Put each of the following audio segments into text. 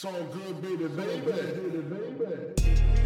So good, baby, baby.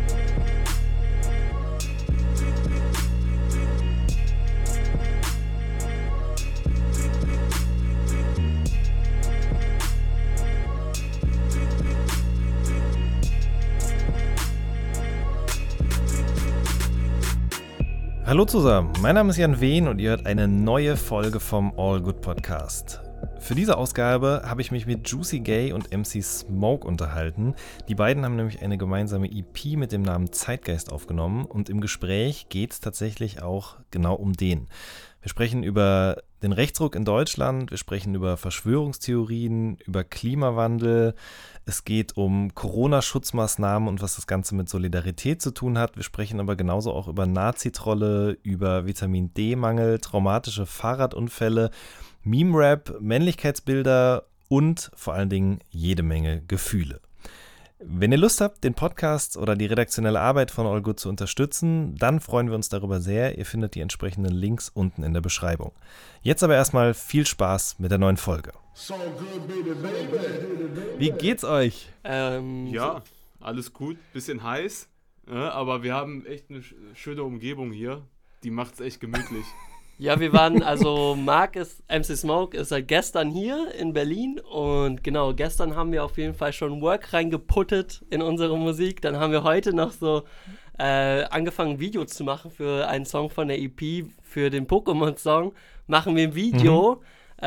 Hallo zusammen, mein Name ist Jan Wehn und ihr hört eine neue Folge vom All Good Podcast. Für diese Ausgabe habe ich mich mit Juicy Gay und MC Smoke unterhalten. Die beiden haben nämlich eine gemeinsame EP mit dem Namen Zeitgeist aufgenommen und im Gespräch geht es tatsächlich auch genau um den. Wir sprechen über den Rechtsruck in Deutschland, wir sprechen über Verschwörungstheorien, über Klimawandel, es geht um Corona-Schutzmaßnahmen und was das Ganze mit Solidarität zu tun hat. Wir sprechen aber genauso auch über Nazi-Trolle, über Vitamin-D-Mangel, traumatische Fahrradunfälle, Meme-Rap, Männlichkeitsbilder und vor allen Dingen jede Menge Gefühle. Wenn ihr Lust habt, den Podcast oder die redaktionelle Arbeit von All Good zu unterstützen, dann freuen wir uns darüber sehr. Ihr findet die entsprechenden Links unten in der Beschreibung. Jetzt aber erstmal viel Spaß mit der neuen Folge. So good, baby, baby. Wie geht's euch? Ja, alles gut, bisschen heiß, aber wir haben echt eine schöne Umgebung hier. Die macht's echt gemütlich. Ja, wir waren, also MC Smoke ist seit gestern hier in Berlin und genau, gestern haben wir auf jeden Fall schon Work reingeputtet in unsere Musik. Dann haben wir heute noch so angefangen, Videos zu machen für einen Song von der EP, für den Pokémon-Song. Machen wir ein Video,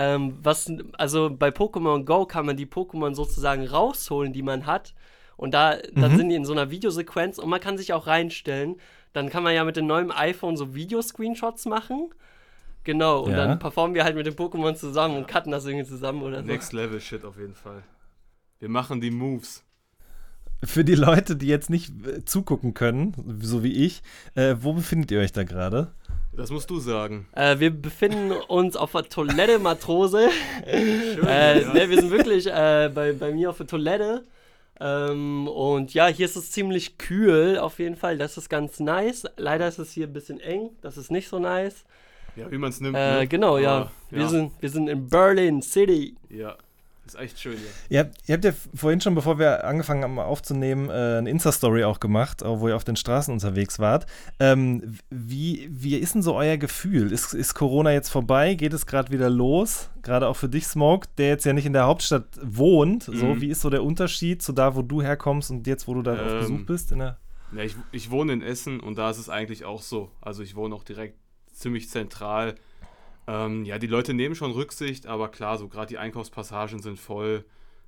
also bei Pokémon Go kann man die Pokémon sozusagen rausholen, die man hat. Und dann sind die in so einer Videosequenz und man kann sich auch reinstellen. Dann kann man ja mit dem neuen iPhone so Videoscreenshots machen. Genau, und dann performen wir halt mit den Pokémon zusammen und cutten das irgendwie zusammen oder so. Next Level Shit auf jeden Fall. Wir machen die Moves. Für die Leute, die jetzt nicht zugucken können, so wie ich, wo befindet ihr euch da gerade? Das musst du sagen. Wir befinden uns auf der Toilette, Matrose. Schön, Ne, wir sind wirklich bei mir auf der Toilette. Und ja, hier ist es ziemlich kühl auf jeden Fall. Das ist ganz nice. Leider ist es hier ein bisschen eng. Das ist nicht so nice. Ja, wie man es nimmt. Ne? Genau, ja. Wir sind in Berlin City. Ja, ist echt schön hier. Ihr habt ja vorhin schon, bevor wir angefangen haben aufzunehmen, eine Insta-Story auch gemacht, wo ihr auf den Straßen unterwegs wart. Wie ist denn so euer Gefühl? Ist Corona jetzt vorbei? Geht es gerade wieder los? Gerade auch für dich, Smoke, der jetzt ja nicht in der Hauptstadt wohnt. So, wie ist so der Unterschied zu da, wo du herkommst und jetzt, wo du da auf Besuch bist? Ja, ich wohne in Essen und da ist es eigentlich auch so. Also ich wohne auch direkt ziemlich zentral. Ja, die Leute nehmen schon Rücksicht, aber klar, so gerade die Einkaufspassagen sind voll.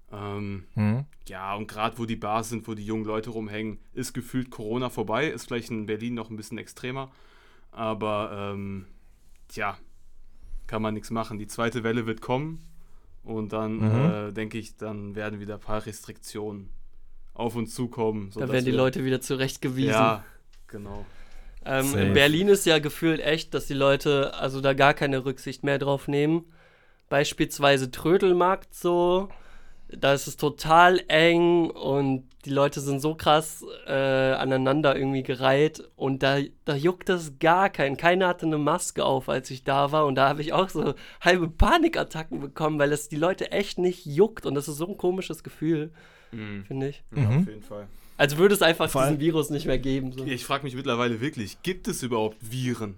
Ja, und gerade wo die Bars sind, wo die jungen Leute rumhängen, ist gefühlt Corona vorbei. Ist vielleicht in Berlin noch ein bisschen extremer. Aber, tja, kann man nichts machen. Die zweite Welle wird kommen und dann, denke ich, dann werden wieder ein paar Restriktionen auf uns zukommen. Da werden die Leute wieder zurechtgewiesen. Ja, genau. In Berlin ist ja gefühlt echt, dass die Leute also da gar keine Rücksicht mehr drauf nehmen. Beispielsweise Trödelmarkt so, da ist es total eng und die Leute sind so krass aneinander irgendwie gereiht und da juckt das gar keinen. Keiner hatte eine Maske auf, als ich da war und da habe ich auch so halbe Panikattacken bekommen, weil es die Leute echt nicht juckt und das ist so ein komisches Gefühl, finde ich. Ja, auf jeden Fall. Also würde es einfach diesen Virus nicht mehr geben. So. Ich frage mich mittlerweile wirklich, gibt es überhaupt Viren?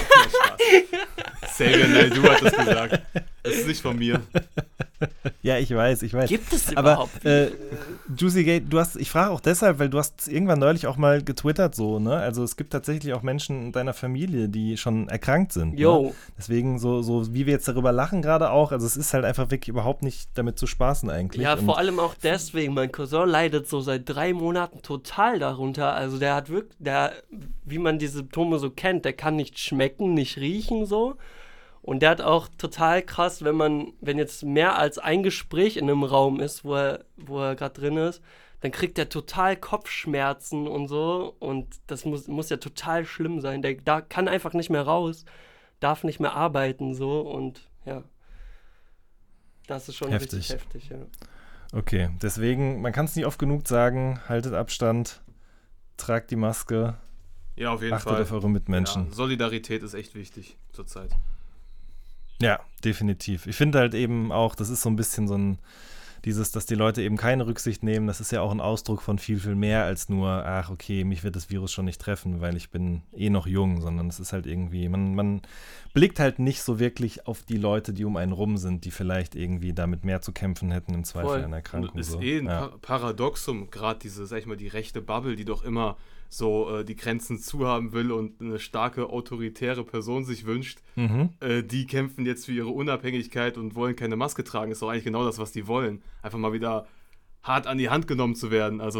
Xavier Naidoo hat das gesagt. Das ist nicht von mir. Ja, ich weiß. Gibt es überhaupt Viren? Juicy Gay, ich frage auch deshalb, weil du hast irgendwann neulich auch mal getwittert so, ne? Also es gibt tatsächlich auch Menschen in deiner Familie, die schon erkrankt sind. Jo. Ne? Deswegen so wie wir jetzt darüber lachen gerade auch, also es ist halt einfach wirklich überhaupt nicht damit zu spaßen eigentlich. Ja, vor allem auch deswegen, mein Cousin leidet so seit 3 Monaten total darunter. Also der hat wirklich, wie man die Symptome so kennt, der kann nicht schmecken, nicht riechen so. Und der hat auch total krass, wenn jetzt mehr als ein Gespräch in einem Raum ist, wo er gerade drin ist, dann kriegt er total Kopfschmerzen und so. Und das muss ja total schlimm sein. Der kann einfach nicht mehr raus, darf nicht mehr arbeiten so. Und ja, das ist schon richtig heftig, ja. Okay, deswegen, man kann es nicht oft genug sagen, haltet Abstand, tragt die Maske, ja, auf jeden achtet Fall auf eure Mitmenschen. Ja, Solidarität ist echt wichtig zurzeit. Ja, definitiv. Ich finde halt eben auch, das ist so ein bisschen so ein dass die Leute eben keine Rücksicht nehmen, das ist ja auch ein Ausdruck von viel, viel mehr als nur, ach okay, mich wird das Virus schon nicht treffen, weil ich bin eh noch jung, sondern es ist halt irgendwie, man blickt halt nicht so wirklich auf die Leute, die um einen rum sind, die vielleicht irgendwie damit mehr zu kämpfen hätten, im Zweifel einer Erkrankung. Ist so. ein Paradoxum, gerade diese, sag ich mal, die rechte Bubble, die doch immer so die Grenzen zuhaben will und eine starke autoritäre Person sich wünscht, die kämpfen jetzt für ihre Unabhängigkeit und wollen keine Maske tragen. Ist doch eigentlich genau das, was die wollen. Einfach mal wieder hart an die Hand genommen zu werden. Also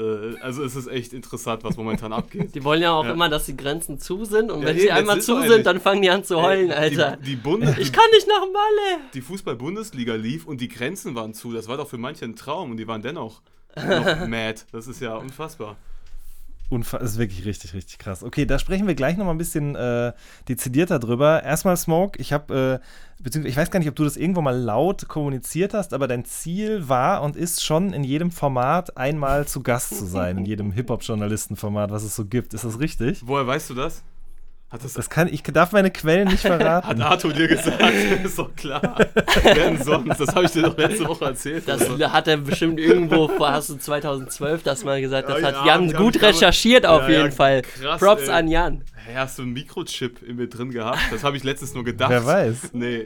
es ist echt interessant, was momentan abgeht. Die wollen ja auch immer, dass die Grenzen zu sind und wenn eben, sie einmal zu sind, dann fangen die an zu heulen, Alter. Ich kann nicht nach Malle. Die Fußball-Bundesliga lief und die Grenzen waren zu. Das war doch für manche ein Traum und die waren dennoch noch mad. Das ist ja unfassbar. Das ist wirklich richtig, richtig krass. Okay, da sprechen wir gleich nochmal ein bisschen dezidierter drüber. Erstmal, Smoke, ich weiß gar nicht, ob du das irgendwo mal laut kommuniziert hast, aber dein Ziel war und ist schon in jedem Format einmal zu Gast zu sein, in jedem Hip-Hop-Journalisten-Format, was es so gibt. Ist das richtig? Woher weißt du das? Ich darf meine Quellen nicht verraten. Hat Arthur dir gesagt, ist doch klar. Wer denn sonst? Das habe ich dir doch letzte Woche erzählt. Das hat er bestimmt irgendwo, hast du 2012 das mal gesagt, das hat Jan gut recherchiert auf jeden Fall. Krass, Props an Jan. Hey, hast du einen Mikrochip in mir drin gehabt? Das habe ich letztens nur gedacht. Wer weiß. Nee,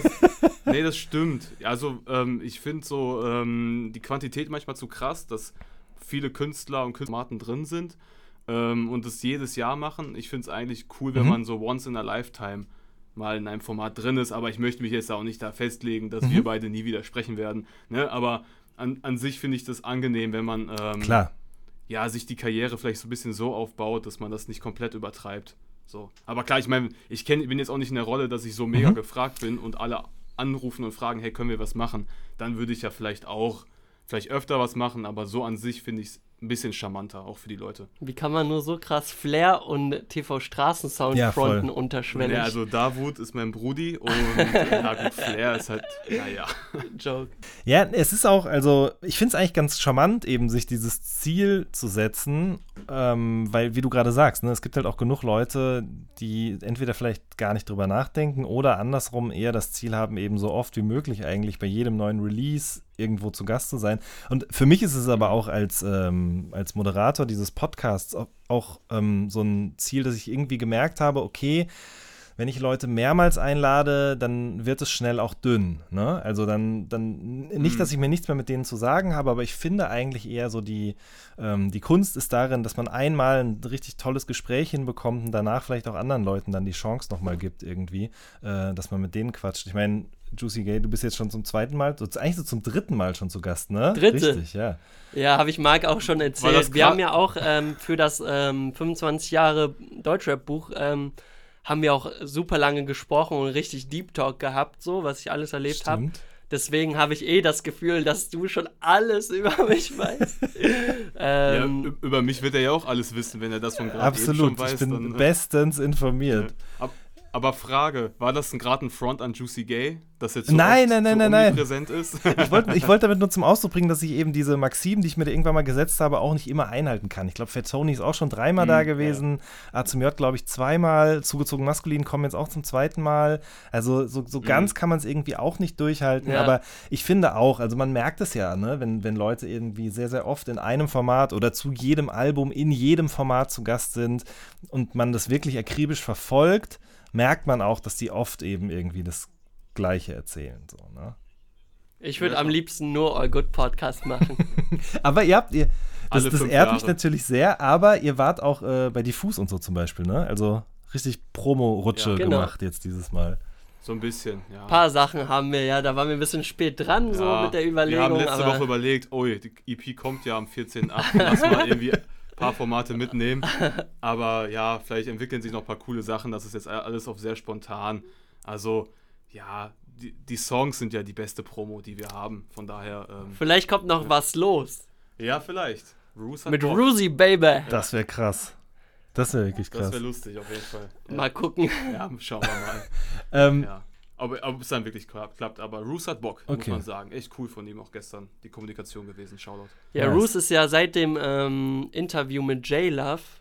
das stimmt. Also ich finde so die Quantität manchmal zu krass, dass viele Künstler und Künstlermaten drin sind. Und das jedes Jahr machen. Ich finde es eigentlich cool, wenn man so once in a lifetime mal in einem Format drin ist, aber ich möchte mich jetzt auch nicht da festlegen, dass wir beide nie wieder sprechen werden. Ne? Aber an sich finde ich das angenehm, wenn man sich die Karriere vielleicht so ein bisschen so aufbaut, dass man das nicht komplett übertreibt. So. Aber klar, ich meine, bin jetzt auch nicht in der Rolle, dass ich so mega gefragt bin und alle anrufen und fragen, hey, können wir was machen? Dann würde ich ja vielleicht öfter was machen, aber so an sich finde ich es ein bisschen charmanter, auch für die Leute. Wie kann man nur so krass Flair und TV-Straßensound-Fronten unterschwellig? Ja, also Davut ist mein Brudi und gut, Flair ist halt, naja. Joke. Ja, es ist auch, also ich finde es eigentlich ganz charmant, eben sich dieses Ziel zu setzen, weil, wie du gerade sagst, ne, es gibt halt auch genug Leute, die entweder vielleicht gar nicht drüber nachdenken oder andersrum eher das Ziel haben, eben so oft wie möglich eigentlich bei jedem neuen Release irgendwo zu Gast zu sein. Und für mich ist es aber auch als Moderator dieses Podcasts auch so ein Ziel, dass ich irgendwie gemerkt habe, okay, wenn ich Leute mehrmals einlade, dann wird es schnell auch dünn. Ne? Also dann nicht, dass ich mir nichts mehr mit denen zu sagen habe, aber ich finde eigentlich eher so die Kunst ist darin, dass man einmal ein richtig tolles Gespräch hinbekommt und danach vielleicht auch anderen Leuten dann die Chance nochmal gibt irgendwie, dass man mit denen quatscht. Ich meine, Juicy Gay, du bist jetzt schon zum zweiten Mal, eigentlich so zum dritten Mal schon zu Gast, ne? Dritte. Richtig, ja. Ja, habe ich Marc auch schon erzählt. Wir haben ja auch für das 25 Jahre Deutschrap-Buch haben wir auch super lange gesprochen und richtig Deep Talk gehabt, so, was ich alles erlebt habe. Deswegen habe ich das Gefühl, dass du schon alles über mich weißt. Über mich wird er ja auch alles wissen, wenn er das von gerade eben schon weiß. Absolut, ich bin bestens informiert. Aber Frage, war das gerade ein Front an Juicy Gay, das jetzt so nein. omnipräsent ist? Ich wollte damit nur zum Ausdruck bringen, dass ich eben diese Maxim, die ich mir da irgendwann mal gesetzt habe, auch nicht immer einhalten kann. Ich glaube, Fat Tony ist auch schon 3-mal da gewesen, A zum J, glaube ich, 2-mal, zugezogen maskulin kommen jetzt auch zum 2. Mal. Also so ganz kann man es irgendwie auch nicht durchhalten, aber ich finde auch, also man merkt es ja, ne, wenn Leute irgendwie sehr, sehr oft in einem Format oder zu jedem Album in jedem Format zu Gast sind und man das wirklich akribisch verfolgt, merkt man auch, dass die oft eben irgendwie das Gleiche erzählen. So, ne? Ich würde am liebsten nur All Good Podcast machen. Aber das ehrt mich natürlich sehr, aber ihr wart auch bei Diffus und so zum Beispiel, ne? Also richtig Promo-Rutsche gemacht jetzt dieses Mal. So ein bisschen, ja. Ein paar Sachen haben wir, da waren wir ein bisschen spät dran, so mit der Überlegung. Wir haben letzte Woche überlegt, die EP kommt ja am 14.8., lass mal irgendwie ein paar Formate mitnehmen, aber ja, vielleicht entwickeln sich noch ein paar coole Sachen, das ist jetzt alles auf sehr spontan, also ja, die Songs sind ja die beste Promo, die wir haben, von daher... vielleicht kommt noch was los. Ja, vielleicht. Mit Rusi, Baby. Das wäre krass. Das wäre wirklich krass. Das wäre lustig, auf jeden Fall. Ja. Mal gucken. Ja, schauen wir mal. Ja. Ob es dann wirklich klappt, aber Roos hat Bock, muss man sagen. Echt cool von ihm auch gestern, die Kommunikation gewesen, Shoutout. Ja, nice. Roos ist ja seit dem Interview mit J-Love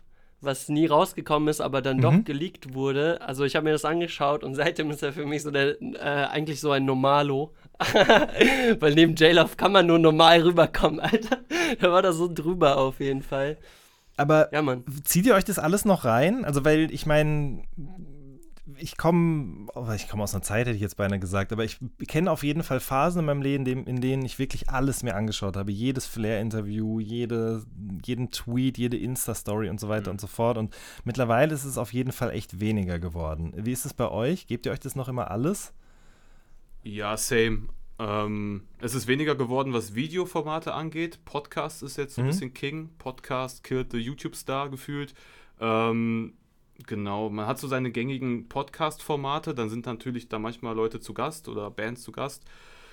was nie rausgekommen ist, aber dann doch geleakt wurde. Also ich habe mir das angeschaut und seitdem ist er für mich so eigentlich so ein Normalo. Weil neben J-Love kann man nur normal rüberkommen, Alter. Da war da so drüber auf jeden Fall. Aber ja, Mann. Zieht ihr euch das alles noch rein? Also weil ich meine, ich komme aus einer Zeit, hätte ich jetzt beinahe gesagt, aber ich kenne auf jeden Fall Phasen in meinem Leben, in denen ich wirklich alles mir angeschaut habe. Jedes Flair-Interview, jeden Tweet, jede Insta-Story und so weiter und so fort. Und mittlerweile ist es auf jeden Fall echt weniger geworden. Wie ist es bei euch? Gebt ihr euch das noch immer alles? Ja, same. Es ist weniger geworden, was Videoformate angeht. Podcast ist jetzt so ein bisschen King. Podcast killt the YouTube-Star gefühlt. Genau, man hat so seine gängigen Podcast-Formate, dann sind natürlich da manchmal Leute zu Gast oder Bands zu Gast.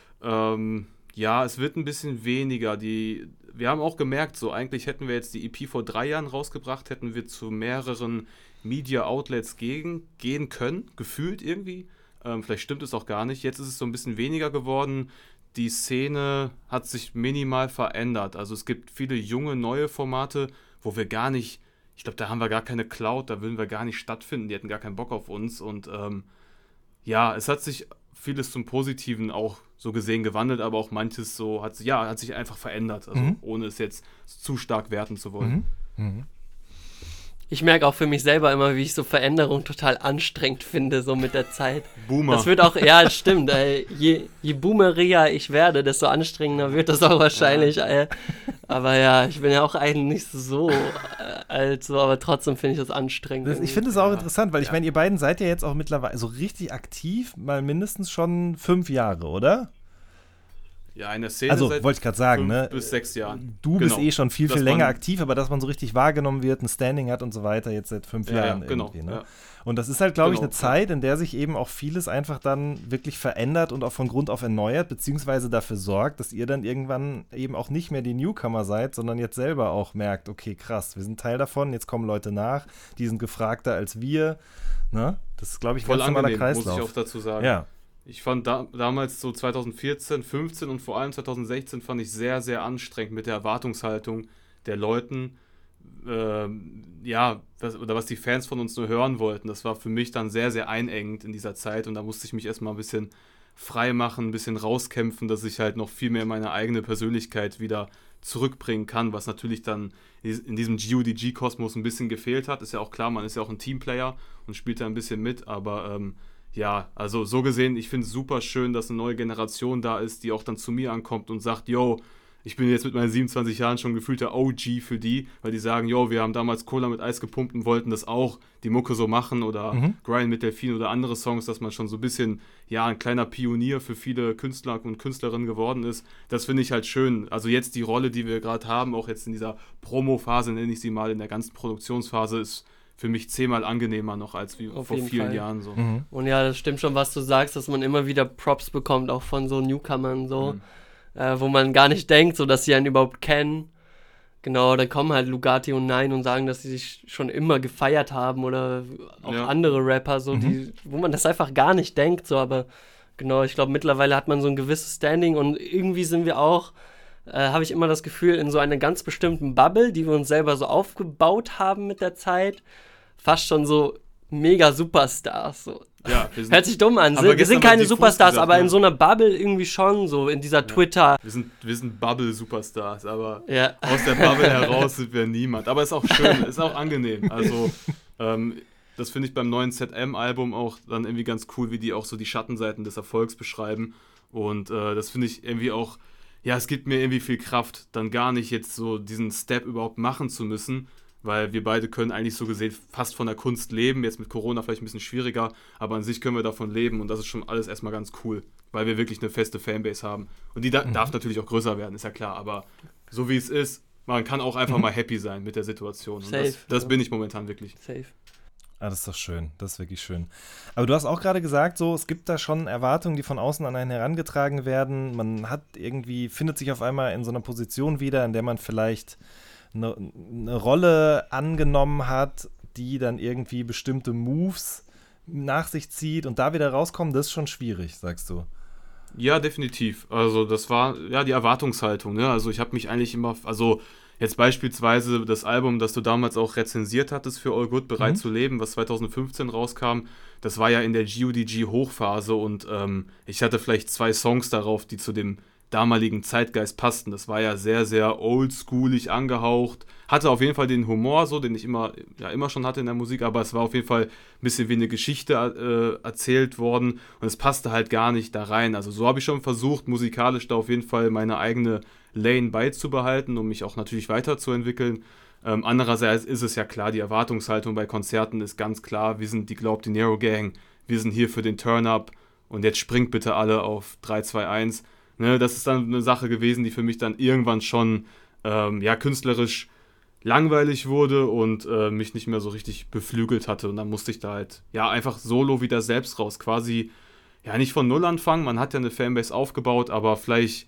Ja, es wird ein bisschen weniger. Wir haben auch gemerkt, so eigentlich hätten wir jetzt die EP vor 3 Jahren rausgebracht, hätten wir zu mehreren Media-Outlets gehen können, gefühlt irgendwie. Vielleicht stimmt es auch gar nicht. Jetzt ist es so ein bisschen weniger geworden. Die Szene hat sich minimal verändert. Also es gibt viele junge, neue Formate, wo wir gar nicht, ich glaube, da haben wir gar keine Cloud, da würden wir gar nicht stattfinden, die hätten gar keinen Bock auf uns. Und ja, es hat sich vieles zum Positiven auch so gesehen gewandelt, aber auch manches so hat sich einfach verändert, also ohne es jetzt zu stark werten zu wollen. Ich merke auch für mich selber immer, wie ich so Veränderungen total anstrengend finde, so mit der Zeit. Boomer. Das wird auch, ja, das stimmt. Je boomeriger ich werde, desto anstrengender wird das auch wahrscheinlich. Aber ja, ich bin ja auch eigentlich nicht so alt, so, aber trotzdem finde ich das anstrengend. Ich finde es auch interessant, weil ich meine, ihr beiden seid ja jetzt auch mittlerweile so richtig aktiv, mal mindestens schon 5 Jahre, oder? Ja, in der Szene also, seit wollte ich gerade sagen, 5 ne? bis 6 Jahren. Du bist schon viel länger aktiv, aber dass man so richtig wahrgenommen wird, ein Standing hat und so weiter, jetzt seit 5 Jahren irgendwie, ne? Ja. Und das ist halt, glaube ich, eine Zeit, in der sich eben auch vieles einfach dann wirklich verändert und auch von Grund auf erneuert, beziehungsweise dafür sorgt, dass ihr dann irgendwann eben auch nicht mehr die Newcomer seid, sondern jetzt selber auch merkt, okay, krass, wir sind Teil davon, jetzt kommen Leute nach, die sind gefragter als wir, ne? Das ist, glaube ich, ein ganz normaler Kreislauf. Muss ich auch dazu sagen. Ja. Ich fand damals so 2014, 15 und vor allem 2016 fand ich sehr, sehr anstrengend mit der Erwartungshaltung der Leuten, was die Fans von uns nur hören wollten. Das war für mich dann sehr, sehr einengend in dieser Zeit und da musste ich mich erstmal ein bisschen frei machen, ein bisschen rauskämpfen, dass ich halt noch viel mehr meine eigene Persönlichkeit wieder zurückbringen kann, was natürlich dann in diesem GODG-Kosmos ein bisschen gefehlt hat. Ist ja auch klar, man ist ja auch ein Teamplayer und spielt da ein bisschen mit, aber ja, also so gesehen, ich finde es super schön, dass eine neue Generation da ist, die auch dann zu mir ankommt und sagt, yo, ich bin jetzt mit meinen 27 Jahren schon gefühlter OG für die, weil die sagen, yo, wir haben damals Cola mit Eis gepumpt und wollten das auch, die Mucke so machen oder Grind mit Delfin oder andere Songs, dass man schon so ein bisschen, ja, ein kleiner Pionier für viele Künstler und Künstlerinnen geworden ist. Das finde ich halt schön. Also jetzt die Rolle, die wir gerade haben, auch jetzt in dieser Promo-Phase, nenne ich sie mal, in der ganzen Produktionsphase, ist für mich 10-mal angenehmer noch als wie vor vielen Jahren so. Und ja, das stimmt schon, was du sagst, dass man immer wieder Props bekommt, auch von so Newcomern so, wo man gar nicht denkt, so dass sie einen überhaupt kennen. Genau, dann kommen halt Lugatti und Nein und sagen, dass sie sich schon immer gefeiert haben oder auch andere Rapper, so wo man das einfach gar nicht denkt, so, aber genau, ich glaube, mittlerweile hat man so ein gewisses Standing und irgendwie sind wir auch, habe ich immer das Gefühl, in so einer ganz bestimmten Bubble, die wir uns selber so aufgebaut haben mit der Zeit, fast schon so mega Superstars. So. Ja, hört sich dumm an. Wir sind keine Superstars, aber in so einer Bubble irgendwie schon, so in dieser Twitter. Wir sind Bubble-Superstars, aber aus der Bubble heraus sind wir niemand. Aber ist auch schön, ist auch angenehm. Also, das finde ich beim neuen ZM-Album auch dann irgendwie ganz cool, wie die auch so die Schattenseiten des Erfolgs beschreiben. Und das finde ich irgendwie auch, ja, es gibt mir irgendwie viel Kraft, dann gar nicht jetzt so diesen Step überhaupt machen zu müssen, weil wir beide können eigentlich so gesehen fast von der Kunst leben, jetzt mit Corona vielleicht ein bisschen schwieriger, aber an sich können wir davon leben und das ist schon alles erstmal ganz cool, weil wir wirklich eine feste Fanbase haben. Und die darf natürlich auch größer werden, ist ja klar, aber so wie es ist, man kann auch einfach mal happy sein mit der Situation. Und das bin ich momentan wirklich. Safe. Ah, das ist doch schön. Das ist wirklich schön. Aber du hast auch gerade gesagt, so, es gibt da schon Erwartungen, die von außen an einen herangetragen werden. Man findet sich auf einmal in so einer Position wieder, in der man vielleicht eine Rolle angenommen hat, die dann irgendwie bestimmte Moves nach sich zieht und da wieder rauskommen, das ist schon schwierig, sagst du. Ja, definitiv. Also das war ja die Erwartungshaltung. Ne? Also ich habe mich eigentlich immer, also jetzt beispielsweise das Album, das du damals auch rezensiert hattest für All Good, Bereit zu leben, was 2015 rauskam, das war ja in der GODG-Hochphase und ich hatte vielleicht 2 Songs darauf, die zu dem damaligen Zeitgeist passten. Das war ja sehr, sehr oldschoolig angehaucht. Hatte auf jeden Fall den Humor, so, den ich immer schon hatte in der Musik, aber es war auf jeden Fall ein bisschen wie eine Geschichte erzählt worden und es passte halt gar nicht da rein. Also so habe ich schon versucht, musikalisch da auf jeden Fall meine eigene Lane beizubehalten, um mich auch natürlich weiterzuentwickeln. Andererseits ist es ja klar, die Erwartungshaltung bei Konzerten ist ganz klar, wir sind die Glaub Dinero Gang, wir sind hier für den Turn-Up und jetzt springt bitte alle auf 3, 2, 1. Ne, das ist dann eine Sache gewesen, die für mich dann irgendwann schon künstlerisch langweilig wurde und mich nicht mehr so richtig beflügelt hatte. Und dann musste ich da halt einfach solo wieder selbst raus. Quasi nicht von Null anfangen. Man hat ja eine Fanbase aufgebaut, aber vielleicht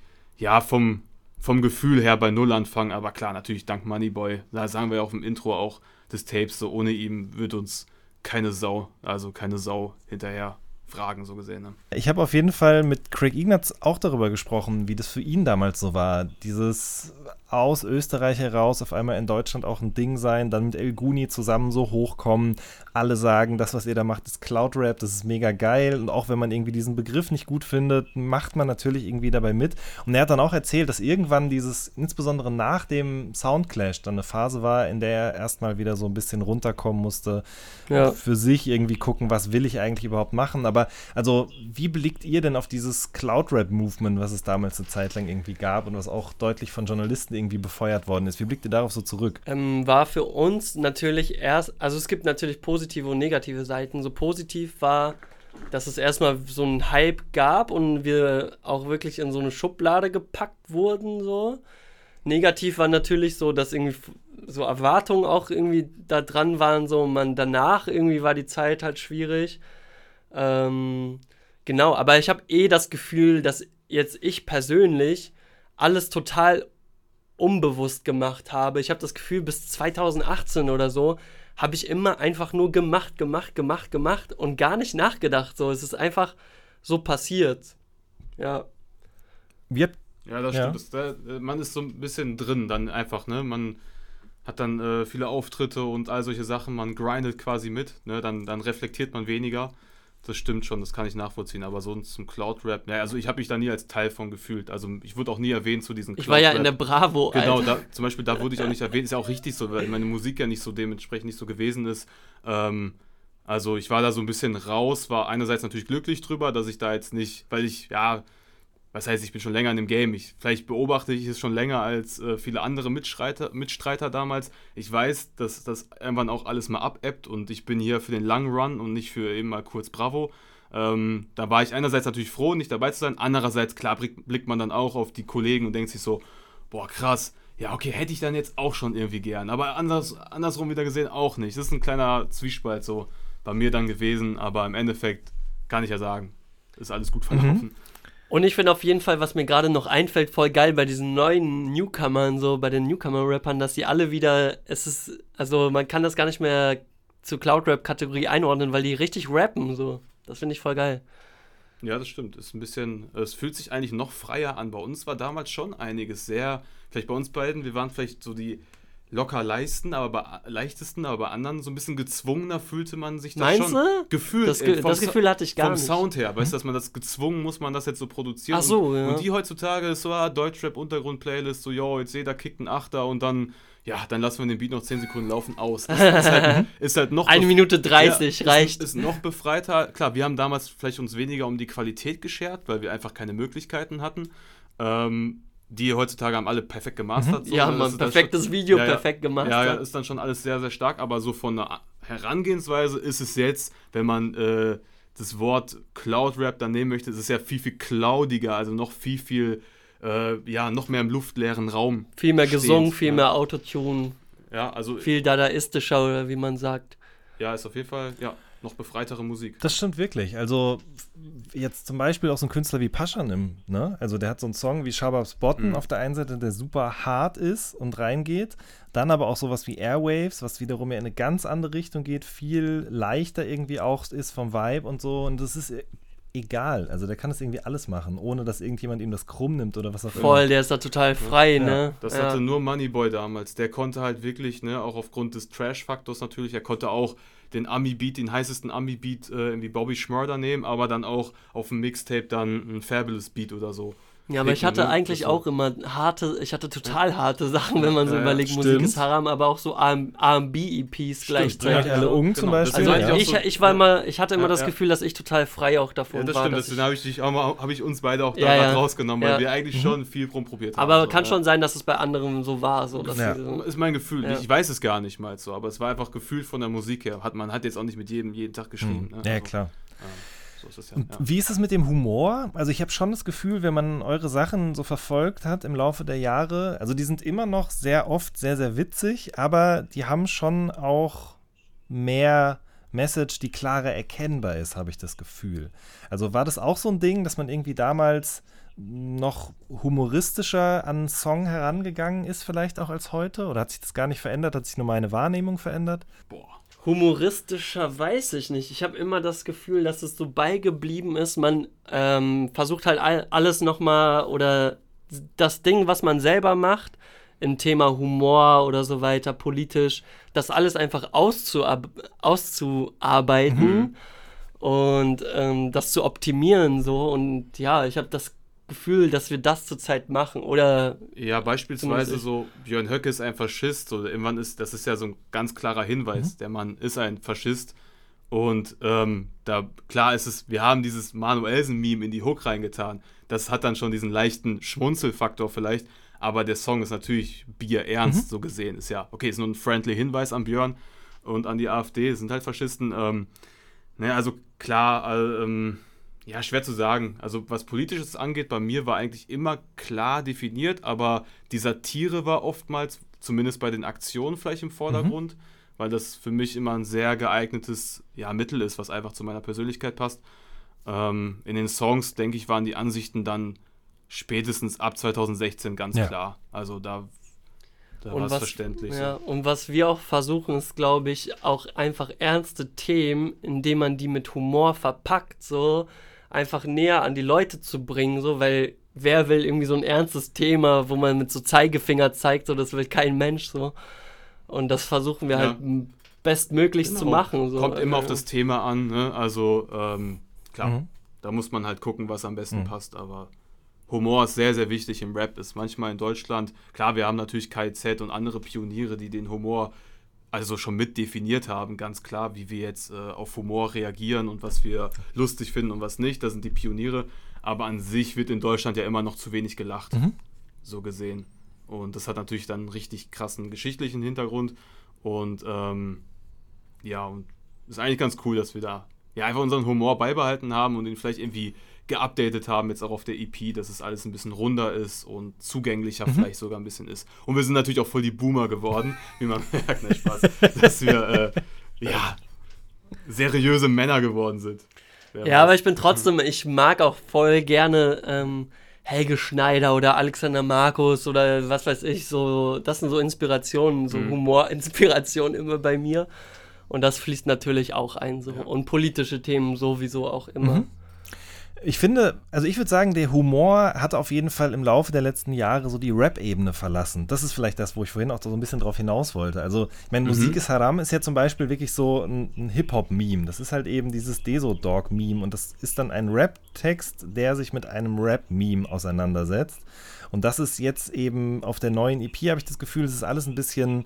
vom Gefühl her bei Null anfangen. Aber klar, natürlich dank Moneyboy. Da sagen wir ja auch im Intro auch des Tapes, so ohne ihn wird uns keine Sau hinterher fragen, so gesehen. Ne? Ich habe auf jeden Fall mit Craig Ignatz auch darüber gesprochen, wie das für ihn damals so war. Dieses aus Österreich heraus auf einmal in Deutschland auch ein Ding sein, dann mit El Guni zusammen so hochkommen. Alle sagen, das, was ihr da macht, ist Cloud-Rap, das ist mega geil. Und auch wenn man irgendwie diesen Begriff nicht gut findet, macht man natürlich irgendwie dabei mit. Und er hat dann auch erzählt, dass irgendwann insbesondere nach dem Soundclash, dann eine Phase war, in der er erstmal wieder so ein bisschen runterkommen musste, für sich irgendwie gucken, was will ich eigentlich überhaupt machen. Aber also, wie blickt ihr denn auf dieses Cloud-Rap-Movement, was es damals eine Zeit lang irgendwie gab und was auch deutlich von Journalisten irgendwie befeuert worden ist? Wie blickt ihr darauf so zurück? War für uns natürlich also es gibt natürlich positive und negative Seiten. So positiv war, dass es erstmal so einen Hype gab und wir auch wirklich in so eine Schublade gepackt wurden, so. Negativ war natürlich so, dass irgendwie so Erwartungen auch irgendwie da dran waren, so man danach irgendwie war die Zeit halt schwierig. Genau, aber ich habe das Gefühl, dass jetzt ich persönlich alles total unbewusst gemacht habe. Ich habe das Gefühl, bis 2018 oder so habe ich immer einfach nur gemacht und gar nicht nachgedacht. So, es ist einfach so passiert. Ja. Ja, das stimmt. Man ist so ein bisschen drin dann einfach, ne? Man hat dann viele Auftritte und all solche Sachen, man grindet quasi mit, ne? Dann reflektiert man weniger. Das stimmt schon, das kann ich nachvollziehen, aber so zum Cloud-Rap, also ich habe mich da nie als Teil von gefühlt, also ich wurde auch nie erwähnt zu diesen Cloud-Rap. Ich war ja in der Bravo, Genau, zum Beispiel da wurde ich auch nicht erwähnt, ist ja auch richtig so, weil meine Musik ja nicht so dementsprechend nicht so gewesen ist, also ich war da so ein bisschen raus, war einerseits natürlich glücklich drüber, dass ich da jetzt nicht, weil ich, was heißt, ich bin schon länger in dem Game. Vielleicht beobachte ich es schon länger als viele andere Mitstreiter damals. Ich weiß, dass das irgendwann auch alles mal abebbt und ich bin hier für den langen Run und nicht für eben mal kurz Bravo. Da war ich einerseits natürlich froh, nicht dabei zu sein. Andererseits, klar, blickt man dann auch auf die Kollegen und denkt sich so, boah, krass, ja, okay, hätte ich dann jetzt auch schon irgendwie gern. Aber andersrum wieder gesehen auch nicht. Das ist ein kleiner Zwiespalt so bei mir dann gewesen, aber im Endeffekt kann ich ja sagen, ist alles gut verlaufen. Und ich finde auf jeden Fall, was mir gerade noch einfällt, voll geil bei diesen neuen Newcomern, so bei den Newcomer-Rappern, dass die alle wieder, also man kann das gar nicht mehr zur Cloud-Rap-Kategorie einordnen, weil die richtig rappen, so. Das finde ich voll geil. Ja, das stimmt. Es fühlt sich eigentlich noch freier an. Bei uns war damals schon einiges sehr, vielleicht bei uns beiden, wir waren vielleicht so die locker leichtesten, aber bei anderen so ein bisschen gezwungener fühlte man sich das Meinst schon du? gefühlt. Das Gefühl hatte ich gar nicht. Vom Sound her, weißt du, dass man das gezwungen, muss man das jetzt so produzieren. Ach so, ja. Und die heutzutage ist so, Deutschrap-Untergrund-Playlist, so, yo, jetzt jeder kickt einen Achter und dann lassen wir den Beat noch 10 Sekunden laufen aus. Ist halt noch 1 Minute 30 reicht. Ist noch befreiter. Klar, wir haben damals vielleicht uns weniger um die Qualität geschert, weil wir einfach keine Möglichkeiten hatten. Die heutzutage haben alle perfekt gemastert. So, perfektes Video, perfekt gemastert. Ja, ist dann schon alles sehr, sehr stark, aber so von der Herangehensweise ist es jetzt, wenn man das Wort Cloud-Rap dann nehmen möchte, ist es ja viel, viel cloudiger, also noch viel, noch mehr im luftleeren Raum. Viel mehr gesungen, viel mehr Autotune. Ja, also viel dadaistischer, oder wie man sagt. Ja, ist auf jeden Fall, noch befreitere Musik. Das stimmt wirklich. Also jetzt zum Beispiel auch so ein Künstler wie Paschanim, ne? Also der hat so einen Song wie Shababs Botten auf der einen Seite, der super hart ist und reingeht. Dann aber auch sowas wie Airwaves, was wiederum ja in eine ganz andere Richtung geht, viel leichter irgendwie auch ist vom Vibe und so. Und das ist egal. Also der kann das irgendwie alles machen, ohne dass irgendjemand ihm das krumm nimmt oder was auch immer. Voll, der ist da total frei, ne? Das hatte nur Moneyboy damals. Der konnte halt wirklich, ne, auch aufgrund des Trash-Faktors natürlich, er konnte auch den Ami-Beat, den heißesten Ami-Beat wie Bobby Schmurda nehmen, aber dann auch auf dem Mixtape dann ein Fabulous-Beat oder so. Ja, aber ich hatte eigentlich auch immer total harte Sachen, wenn man so überlegt, Musik ist Haram, aber auch so R&B-EPs gleichzeitig. Alle Ung zum Beispiel. Also ich hatte immer das Gefühl, dass ich total frei auch davon war. Das stimmt, deswegen habe ich uns beide auch da rausgenommen, weil wir eigentlich schon viel probiert haben. Aber kann schon sein, dass es bei anderen so war. So, dass ist mein Gefühl. Ich weiß es gar nicht mal so, aber es war einfach gefühlt von der Musik her. Man hat jetzt auch nicht mit jedem jeden Tag geschrieben. Ne? Ja, klar. So ist es ja. Wie ist es mit dem Humor? Also ich habe schon das Gefühl, wenn man eure Sachen so verfolgt hat im Laufe der Jahre, also die sind immer noch sehr oft sehr, sehr witzig, aber die haben schon auch mehr Message, die klarer erkennbar ist, habe ich das Gefühl. Also war das auch so ein Ding, dass man irgendwie damals noch humoristischer an einen Song herangegangen ist vielleicht auch als heute? Oder hat sich das gar nicht verändert? Hat sich nur meine Wahrnehmung verändert? Humoristischer weiß ich nicht. Ich habe immer das Gefühl, dass es so beigeblieben ist. Man versucht halt alles nochmal oder das Ding, was man selber macht, im Thema Humor oder so weiter, politisch, das alles einfach auszuarbeiten und das zu optimieren so. Und ja, ich habe das Gefühl, dass wir das zurzeit machen, oder? Ja, beispielsweise so, Björn Höcke ist ein Faschist, oder irgendwann das ist ja so ein ganz klarer Hinweis, der Mann ist ein Faschist, und da, klar ist es, wir haben dieses Manuelsen-Meme in die Hook reingetan, das hat dann schon diesen leichten Schmunzelfaktor vielleicht, aber der Song ist natürlich bierernst, so gesehen, ist ja, okay, ist nur ein friendly Hinweis an Björn und an die AfD, sind halt Faschisten, also klar, ja, schwer zu sagen. Also was Politisches angeht, bei mir war eigentlich immer klar definiert, aber die Satire war oftmals, zumindest bei den Aktionen vielleicht im Vordergrund, weil das für mich immer ein sehr geeignetes Mittel ist, was einfach zu meiner Persönlichkeit passt. In den Songs, denke ich, waren die Ansichten dann spätestens ab 2016 ganz klar. Also da war es verständlich. Ja, und was wir auch versuchen, ist, glaube ich, auch einfach ernste Themen, indem man die mit Humor verpackt, so einfach näher an die Leute zu bringen, so, weil wer will irgendwie so ein ernstes Thema, wo man mit so Zeigefinger zeigt, so, das will kein Mensch, so. Und das versuchen wir halt bestmöglichst zu machen. So. Kommt immer auf das Thema an, ne? Also, klar, da muss man halt gucken, was am besten passt, aber Humor ist sehr, sehr wichtig im Rap, ist manchmal in Deutschland, klar, wir haben natürlich KIZ und andere Pioniere, die den Humor also schon mit definiert haben, ganz klar, wie wir jetzt auf Humor reagieren und was wir lustig finden und was nicht, das sind die Pioniere, aber an sich wird in Deutschland ja immer noch zu wenig gelacht, so gesehen. Und das hat natürlich dann einen richtig krassen geschichtlichen Hintergrund und und ist eigentlich ganz cool, dass wir da einfach unseren Humor beibehalten haben und ihn vielleicht irgendwie geupdatet haben, jetzt auch auf der EP, dass es alles ein bisschen runder ist und zugänglicher vielleicht sogar ein bisschen ist. Und wir sind natürlich auch voll die Boomer geworden, wie man merkt, ne, Spaß, dass wir, seriöse Männer geworden sind. Aber ich bin trotzdem, ich mag auch voll gerne Helge Schneider oder Alexander Markus oder was weiß ich, so, das sind so Inspirationen, so Humorinspirationen immer bei mir. Und das fließt natürlich auch ein, so. Und politische Themen sowieso auch immer. Ich finde, also ich würde sagen, der Humor hat auf jeden Fall im Laufe der letzten Jahre so die Rap-Ebene verlassen. Das ist vielleicht das, wo ich vorhin auch so ein bisschen drauf hinaus wollte. Also, ich meine, Musik ist Haram ist ja zum Beispiel wirklich so ein Hip-Hop-Meme. Das ist halt eben dieses Deso-Dog-Meme und das ist dann ein Rap-Text, der sich mit einem Rap-Meme auseinandersetzt. Und das ist jetzt eben auf der neuen EP, habe ich das Gefühl, es ist alles ein bisschen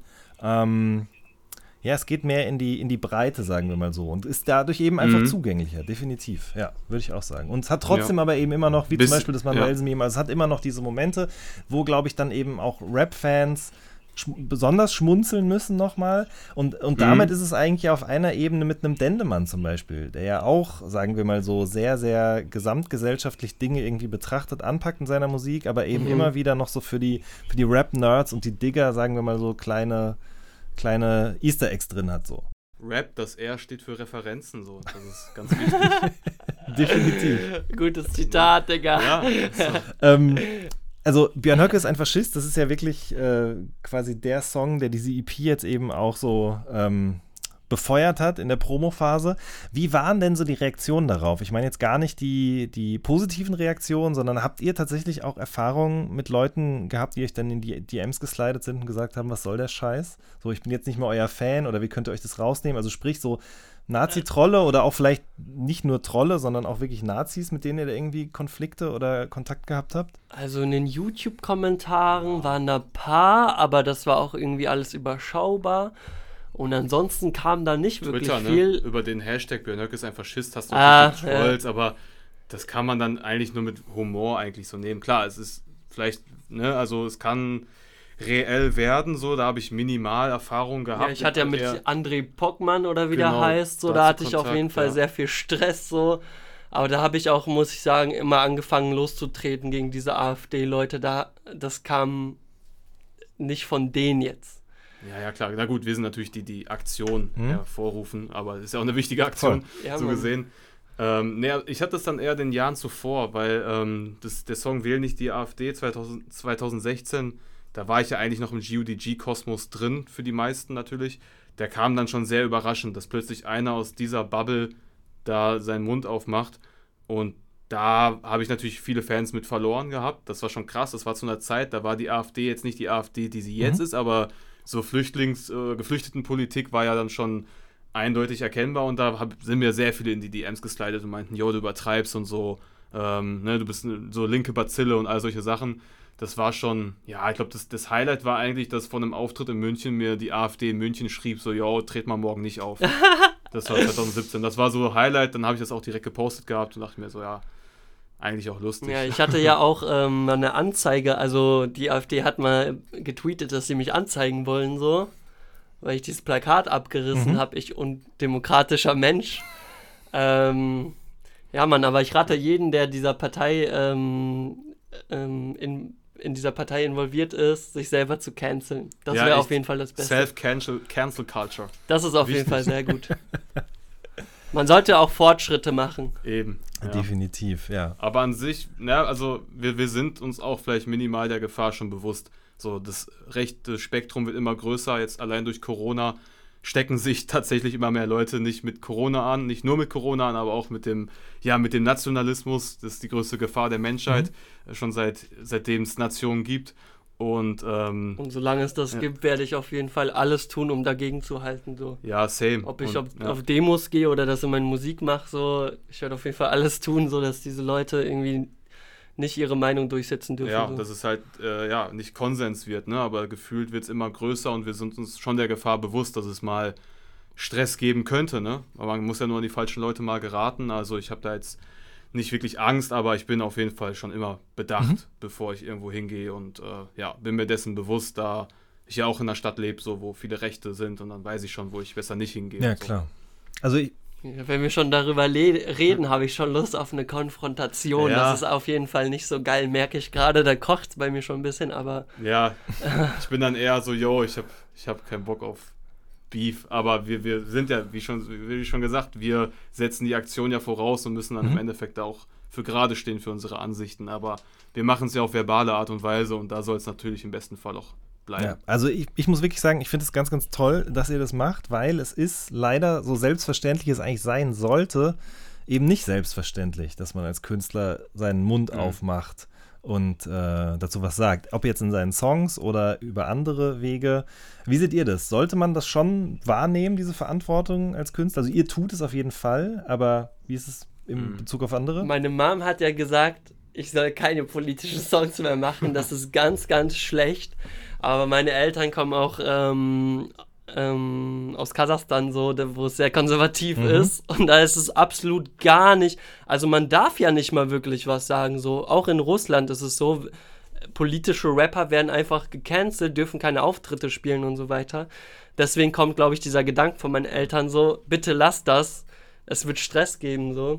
es geht mehr in die Breite, sagen wir mal so. Und ist dadurch eben einfach zugänglicher, definitiv. Ja, würde ich auch sagen. Und es hat trotzdem aber eben immer noch, wie zum Beispiel das Manuelsen-Meme, also es hat immer noch diese Momente, wo, glaube ich, dann eben auch Rap-Fans besonders schmunzeln müssen nochmal. Und damit ist es eigentlich auf einer Ebene mit einem Dendemann zum Beispiel, der ja auch, sagen wir mal so, sehr, sehr gesamtgesellschaftlich Dinge irgendwie betrachtet, anpackt in seiner Musik, aber eben immer wieder noch so für die Rap-Nerds und die Digger, sagen wir mal so, kleine Easter Eggs drin hat, so. Rap, das R steht für Referenzen, so. Das ist ganz wichtig. Definitiv. Gutes Zitat, Digga. Ja. Also, Björn Höcke ist ein Faschist, das ist ja wirklich quasi der Song, der diese EP jetzt eben auch so befeuert hat in der Promophase. Wie waren denn so die Reaktionen darauf? Ich meine jetzt gar nicht die positiven Reaktionen, sondern habt ihr tatsächlich auch Erfahrungen mit Leuten gehabt, die euch dann in die DMs geslidet sind und gesagt haben, was soll der Scheiß? So, ich bin jetzt nicht mehr euer Fan oder wie könnt ihr euch das rausnehmen? Also sprich so Nazi-Trolle oder auch vielleicht nicht nur Trolle, sondern auch wirklich Nazis, mit denen ihr da irgendwie Konflikte oder Kontakt gehabt habt? Also in den YouTube-Kommentaren waren da ein paar, aber das war auch irgendwie alles überschaubar. Und ansonsten kam da nicht wirklich Twitter, viel. Ne? Über den Hashtag Björn Höcke ist ein Faschist, hast du Trolls, aber das kann man dann eigentlich nur mit Humor eigentlich so nehmen. Klar, es ist vielleicht, ne, also es kann reell werden, so, da habe ich minimal Erfahrung gehabt. Ja, ich hatte ja mit André Pockmann oder wie der heißt, so, dazu da hatte ich Kontakt, auf jeden Fall sehr viel Stress, so. Aber da habe ich auch, muss ich sagen, immer angefangen loszutreten gegen diese AfD-Leute. Das kam nicht von denen jetzt. Ja, klar. Na gut, wir sind natürlich die Aktion hervorrufen, aber das ist ja auch eine wichtige Aktion, so gesehen. Ich hatte das dann eher den Jahren zuvor, weil der Song Wähl nicht die AfD 2016, da war ich ja eigentlich noch im GUDG-Kosmos drin, für die meisten natürlich. Der kam dann schon sehr überraschend, dass plötzlich einer aus dieser Bubble da seinen Mund aufmacht. Und da habe ich natürlich viele Fans mit verloren gehabt. Das war schon krass. Das war zu einer Zeit, da war die AfD jetzt nicht die AfD, die sie jetzt ist, aber so Geflüchtetenpolitik war ja dann schon eindeutig erkennbar. Und da sind mir sehr viele in die DMs geslidet und meinten, jo, du übertreibst und so, du bist so linke Bazille und all solche Sachen. Das war schon, ja, ich glaube, das Highlight war eigentlich, dass von einem Auftritt in München mir die AfD in München schrieb, so, jo, tret mal morgen nicht auf. Das war 2017. Das war so Highlight, dann habe ich das auch direkt gepostet gehabt und dachte mir so, ja, eigentlich auch lustig. Ja, ich hatte ja auch eine Anzeige, also die AfD hat mal getweetet, dass sie mich anzeigen wollen, so, weil ich dieses Plakat abgerissen habe, ich undemokratischer Mensch. Ja, Mann, aber ich rate jeden, der dieser Partei in dieser Partei involviert ist, sich selber zu canceln. Das wäre auf jeden Fall das Beste. Self-Cancel Culture. Das ist auf jeden Fall sehr gut. Man sollte auch Fortschritte machen. Eben. Ja. Definitiv, ja. Aber an sich, also wir sind uns auch vielleicht minimal der Gefahr schon bewusst. So, das rechte Spektrum wird immer größer, jetzt allein durch Corona stecken sich tatsächlich immer mehr Leute nicht mit Corona an, nicht nur mit Corona an, aber auch mit dem Nationalismus. Das ist die größte Gefahr der Menschheit, schon seitdem es Nationen gibt. Und solange es das gibt, werde ich auf jeden Fall alles tun, um dagegen zu halten. So. Ja, same. Ob ich auf Demos gehe oder das in meine Musik mache, so, ich werde auf jeden Fall alles tun, so dass diese Leute irgendwie nicht ihre Meinung durchsetzen dürfen. Ja, so. dass es halt nicht Konsens wird, ne? Aber gefühlt wird es immer größer und wir sind uns schon der Gefahr bewusst, dass es mal Stress geben könnte, ne? Aber man muss ja nur an die falschen Leute mal geraten. Also ich habe da jetzt nicht wirklich Angst, aber ich bin auf jeden Fall schon immer bedacht, bevor ich irgendwo hingehe und bin mir dessen bewusst, da ich ja auch in einer Stadt lebe, so, wo viele Rechte sind und dann weiß ich schon, wo ich besser nicht hingehe. Ja, so. Klar. Also wenn wir schon darüber reden, habe ich schon Lust auf eine Konfrontation. Ja. Das ist auf jeden Fall nicht so geil, merke ich gerade. Da kocht es bei mir schon ein bisschen, aber... Ja, ich bin dann eher so, ich hab keinen Bock auf Beef. Aber wir sind ja, wie schon gesagt, wir setzen die Aktion ja voraus und müssen dann im Endeffekt auch für gerade stehen für unsere Ansichten. Aber wir machen es ja auf verbale Art und Weise und da soll es natürlich im besten Fall auch bleiben. Ja, also ich muss wirklich sagen, ich finde es ganz, ganz toll, dass ihr das macht, weil es ist leider, so selbstverständlich es eigentlich sein sollte, eben nicht selbstverständlich, dass man als Künstler seinen Mund aufmacht und dazu was sagt. Ob jetzt in seinen Songs oder über andere Wege. Wie seht ihr das? Sollte man das schon wahrnehmen, diese Verantwortung als Künstler? Also ihr tut es auf jeden Fall, aber wie ist es in Bezug auf andere? Meine Mom hat ja gesagt, ich soll keine politischen Songs mehr machen. Das ist ganz, ganz schlecht. Aber meine Eltern kommen auch aus Kasachstan, so, wo es sehr konservativ ist. Und da ist es absolut gar nicht. Also man darf ja nicht mal wirklich was sagen. So. Auch in Russland ist es so, politische Rapper werden einfach gecancelt, dürfen keine Auftritte spielen und so weiter. Deswegen kommt, glaube ich, dieser Gedanke von meinen Eltern so, bitte lass das. Es wird Stress geben, so.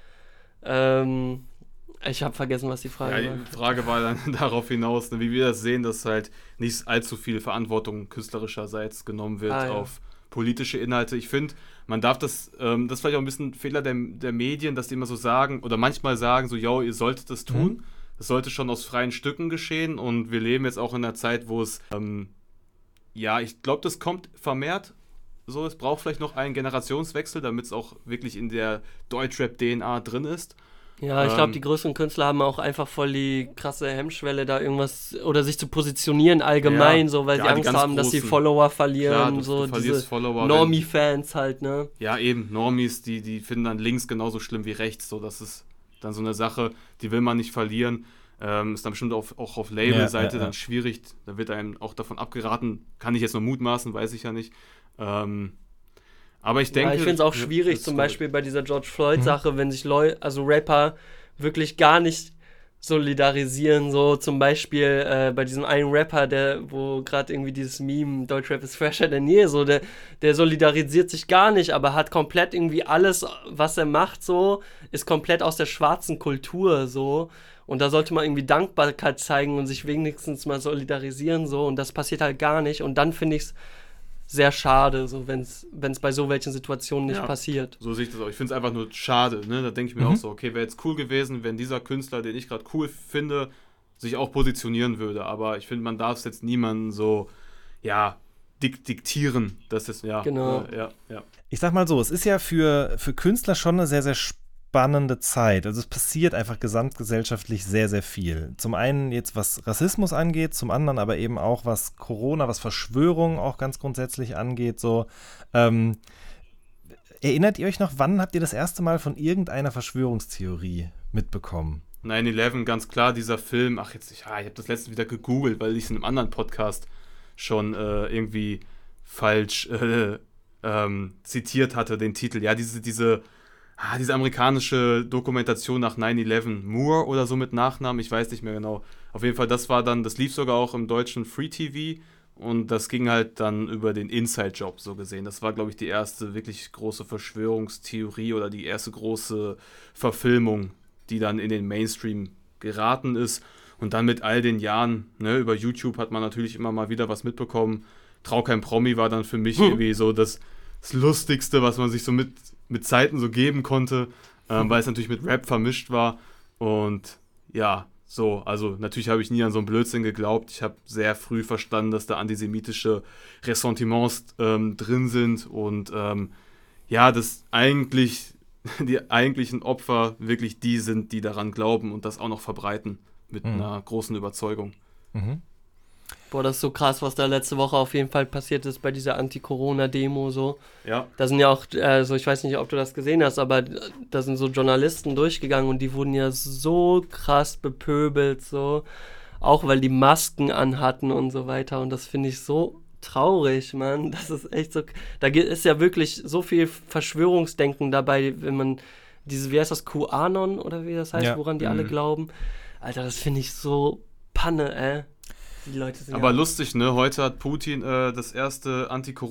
Ich habe vergessen, was die Frage war. Die Frage war dann darauf hinaus, wie wir das sehen, dass halt nicht allzu viel Verantwortung künstlerischerseits genommen wird auf politische Inhalte. Ich finde, man darf das ist vielleicht auch ein bisschen ein Fehler der Medien, dass die immer so sagen oder manchmal sagen so, ihr solltet das tun. Das sollte schon aus freien Stücken geschehen und wir leben jetzt auch in einer Zeit, wo es, ich glaube, das kommt vermehrt So, es braucht vielleicht noch einen Generationswechsel, damit es auch wirklich in der Deutschrap-DNA drin ist. Ja, ich glaube, die größeren Künstler haben auch einfach voll die krasse Hemmschwelle, da irgendwas oder sich zu positionieren allgemein, so, weil sie die Angst ganz haben, dass sie Großen. Follower verlieren, Klar, du so verlierst diese Follower, Normie-Fans halt, ne? Ja, eben, Normies, die finden dann links genauso schlimm wie rechts, so, das ist dann so eine Sache, die will man nicht verlieren. Ist dann bestimmt auch auf Label-Seite dann schwierig, da wird einem auch davon abgeraten, kann ich jetzt nur mutmaßen, weiß ich ja nicht. Aber ich denke... Ja, ich finde es auch schwierig, zum Beispiel bei dieser George Floyd-Sache, wenn sich Rapper wirklich gar nicht solidarisieren, so zum Beispiel bei diesem einen Rapper, wo gerade irgendwie dieses Meme, Deutschrap ist fresher denn je, so, der solidarisiert sich gar nicht, aber hat komplett irgendwie alles, was er macht, so, ist komplett aus der schwarzen Kultur, so, und da sollte man irgendwie Dankbarkeit zeigen und sich wenigstens mal solidarisieren, so, und das passiert halt gar nicht, und dann finde ich es sehr schade, so, wenn es bei so welchen Situationen nicht passiert. So sehe ich das auch. Ich finde es einfach nur schade. Ne? Da denke ich mir auch so, okay, wäre jetzt cool gewesen, wenn dieser Künstler, den ich gerade cool finde, sich auch positionieren würde. Aber ich finde, man darf es jetzt niemandem so, diktieren. Das ist, Genau. Ja. Ich sag mal so, es ist ja für Künstler schon eine sehr, sehr spannende Zeit. Also es passiert einfach gesamtgesellschaftlich sehr, sehr viel. Zum einen jetzt, was Rassismus angeht, zum anderen aber eben auch, was Corona, was Verschwörungen auch ganz grundsätzlich angeht. So, erinnert ihr euch noch, wann habt ihr das erste Mal von irgendeiner Verschwörungstheorie mitbekommen? 9/11, ganz klar, dieser Film. Ich habe das letztens wieder gegoogelt, weil ich es in einem anderen Podcast schon irgendwie falsch zitiert hatte, den Titel. Ja, diese amerikanische Dokumentation nach 9/11, Moore oder so mit Nachnamen, ich weiß nicht mehr genau. Auf jeden Fall, das lief sogar auch im deutschen Free TV und das ging halt dann über den Inside-Job, so gesehen. Das war, glaube ich, die erste wirklich große Verschwörungstheorie oder die erste große Verfilmung, die dann in den Mainstream geraten ist. Und dann mit all den Jahren, ne, über YouTube hat man natürlich immer mal wieder was mitbekommen. Trau kein Promi war dann für mich irgendwie so das Lustigste, was man sich so mit Zeiten so geben konnte, weil es natürlich mit Rap vermischt war. Und ja, so, also natürlich habe ich nie an so einen Blödsinn geglaubt. Ich habe sehr früh verstanden, dass da antisemitische Ressentiments drin sind und dass eigentlich die eigentlichen Opfer wirklich die sind, die daran glauben und das auch noch verbreiten mit einer großen Überzeugung. Mhm. Boah, das ist so krass, was da letzte Woche auf jeden Fall passiert ist bei dieser Anti-Corona-Demo so. Ja. Da sind ja auch, also ich weiß nicht, ob du das gesehen hast, aber da sind so Journalisten durchgegangen und die wurden ja so krass bepöbelt, so. Auch weil die Masken anhatten und so weiter und das finde ich so traurig, Mann. Das ist echt so, da ist ja wirklich so viel Verschwörungsdenken dabei, wenn man wie heißt das, QAnon oder wie das heißt, woran die alle glauben. Alter, das finde ich so Panne, Die Leute sind aber lustig, ne? Heute hat Putin den ersten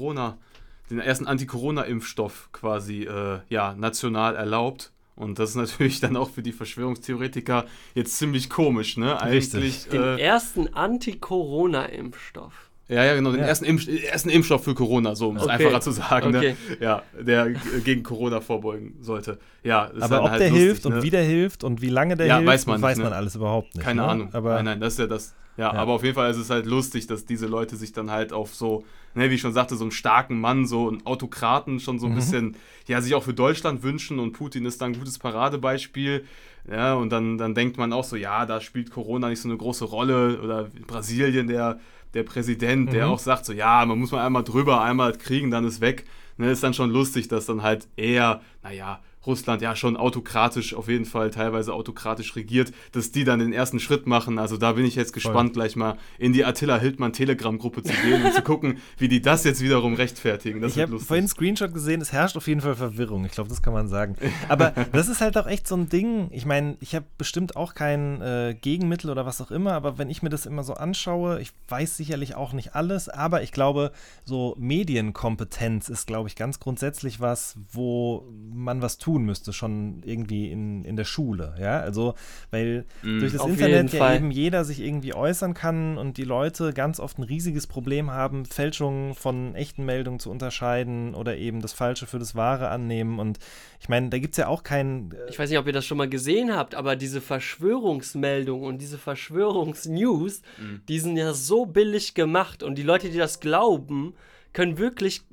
Anti-Corona-Impfstoff quasi national erlaubt. Und das ist natürlich dann auch für die Verschwörungstheoretiker jetzt ziemlich komisch, ne? Eigentlich den ersten Anti-Corona-Impfstoff. Ja, genau, den ersten Impfstoff für Corona, so um es einfacher zu sagen, ne? Ja, der gegen Corona vorbeugen sollte. Ja, ist aber ob halt der lustig, hilft und wie der hilft und wie lange der hilft, weiß man alles überhaupt nicht. Keine Ahnung. Aber nein, das ist ja das. Ja, aber auf jeden Fall ist es halt lustig, dass diese Leute sich dann halt auf so, ne, wie ich schon sagte, so einen starken Mann, so einen Autokraten schon so ein bisschen, sich auch für Deutschland wünschen und Putin ist da ein gutes Paradebeispiel. Ja, und dann denkt man auch so, da spielt Corona nicht so eine große Rolle oder Brasilien, der Präsident, der auch sagt so, man muss mal einmal drüber, einmal kriegen, dann ist weg. Ne, ist dann schon lustig, dass dann halt eher, Russland schon autokratisch, auf jeden Fall teilweise autokratisch regiert, dass die dann den ersten Schritt machen. Also da bin ich jetzt gespannt, gleich mal in die Attila Hildmann Telegram-Gruppe zu gehen und zu gucken, wie die das jetzt wiederum rechtfertigen. Das ich habe vorhin einen Screenshot gesehen, es herrscht auf jeden Fall Verwirrung. Ich glaube, das kann man sagen. Aber das ist halt auch echt so ein Ding. Ich meine, ich habe bestimmt auch kein Gegenmittel oder was auch immer, aber wenn ich mir das immer so anschaue, ich weiß sicherlich auch nicht alles, aber ich glaube, so Medienkompetenz ist, glaube ich, ganz grundsätzlich was, wo man was tun müsste, schon irgendwie in der Schule, ja, also, weil durch das Internet eben jeder sich irgendwie äußern kann und die Leute ganz oft ein riesiges Problem haben, Fälschungen von echten Meldungen zu unterscheiden oder eben das Falsche für das Wahre annehmen und ich meine, da gibt es ja auch keinen Ich weiß nicht, ob ihr das schon mal gesehen habt, aber diese Verschwörungsmeldungen und diese Verschwörungsnews, die sind ja so billig gemacht und die Leute, die das glauben, können wirklich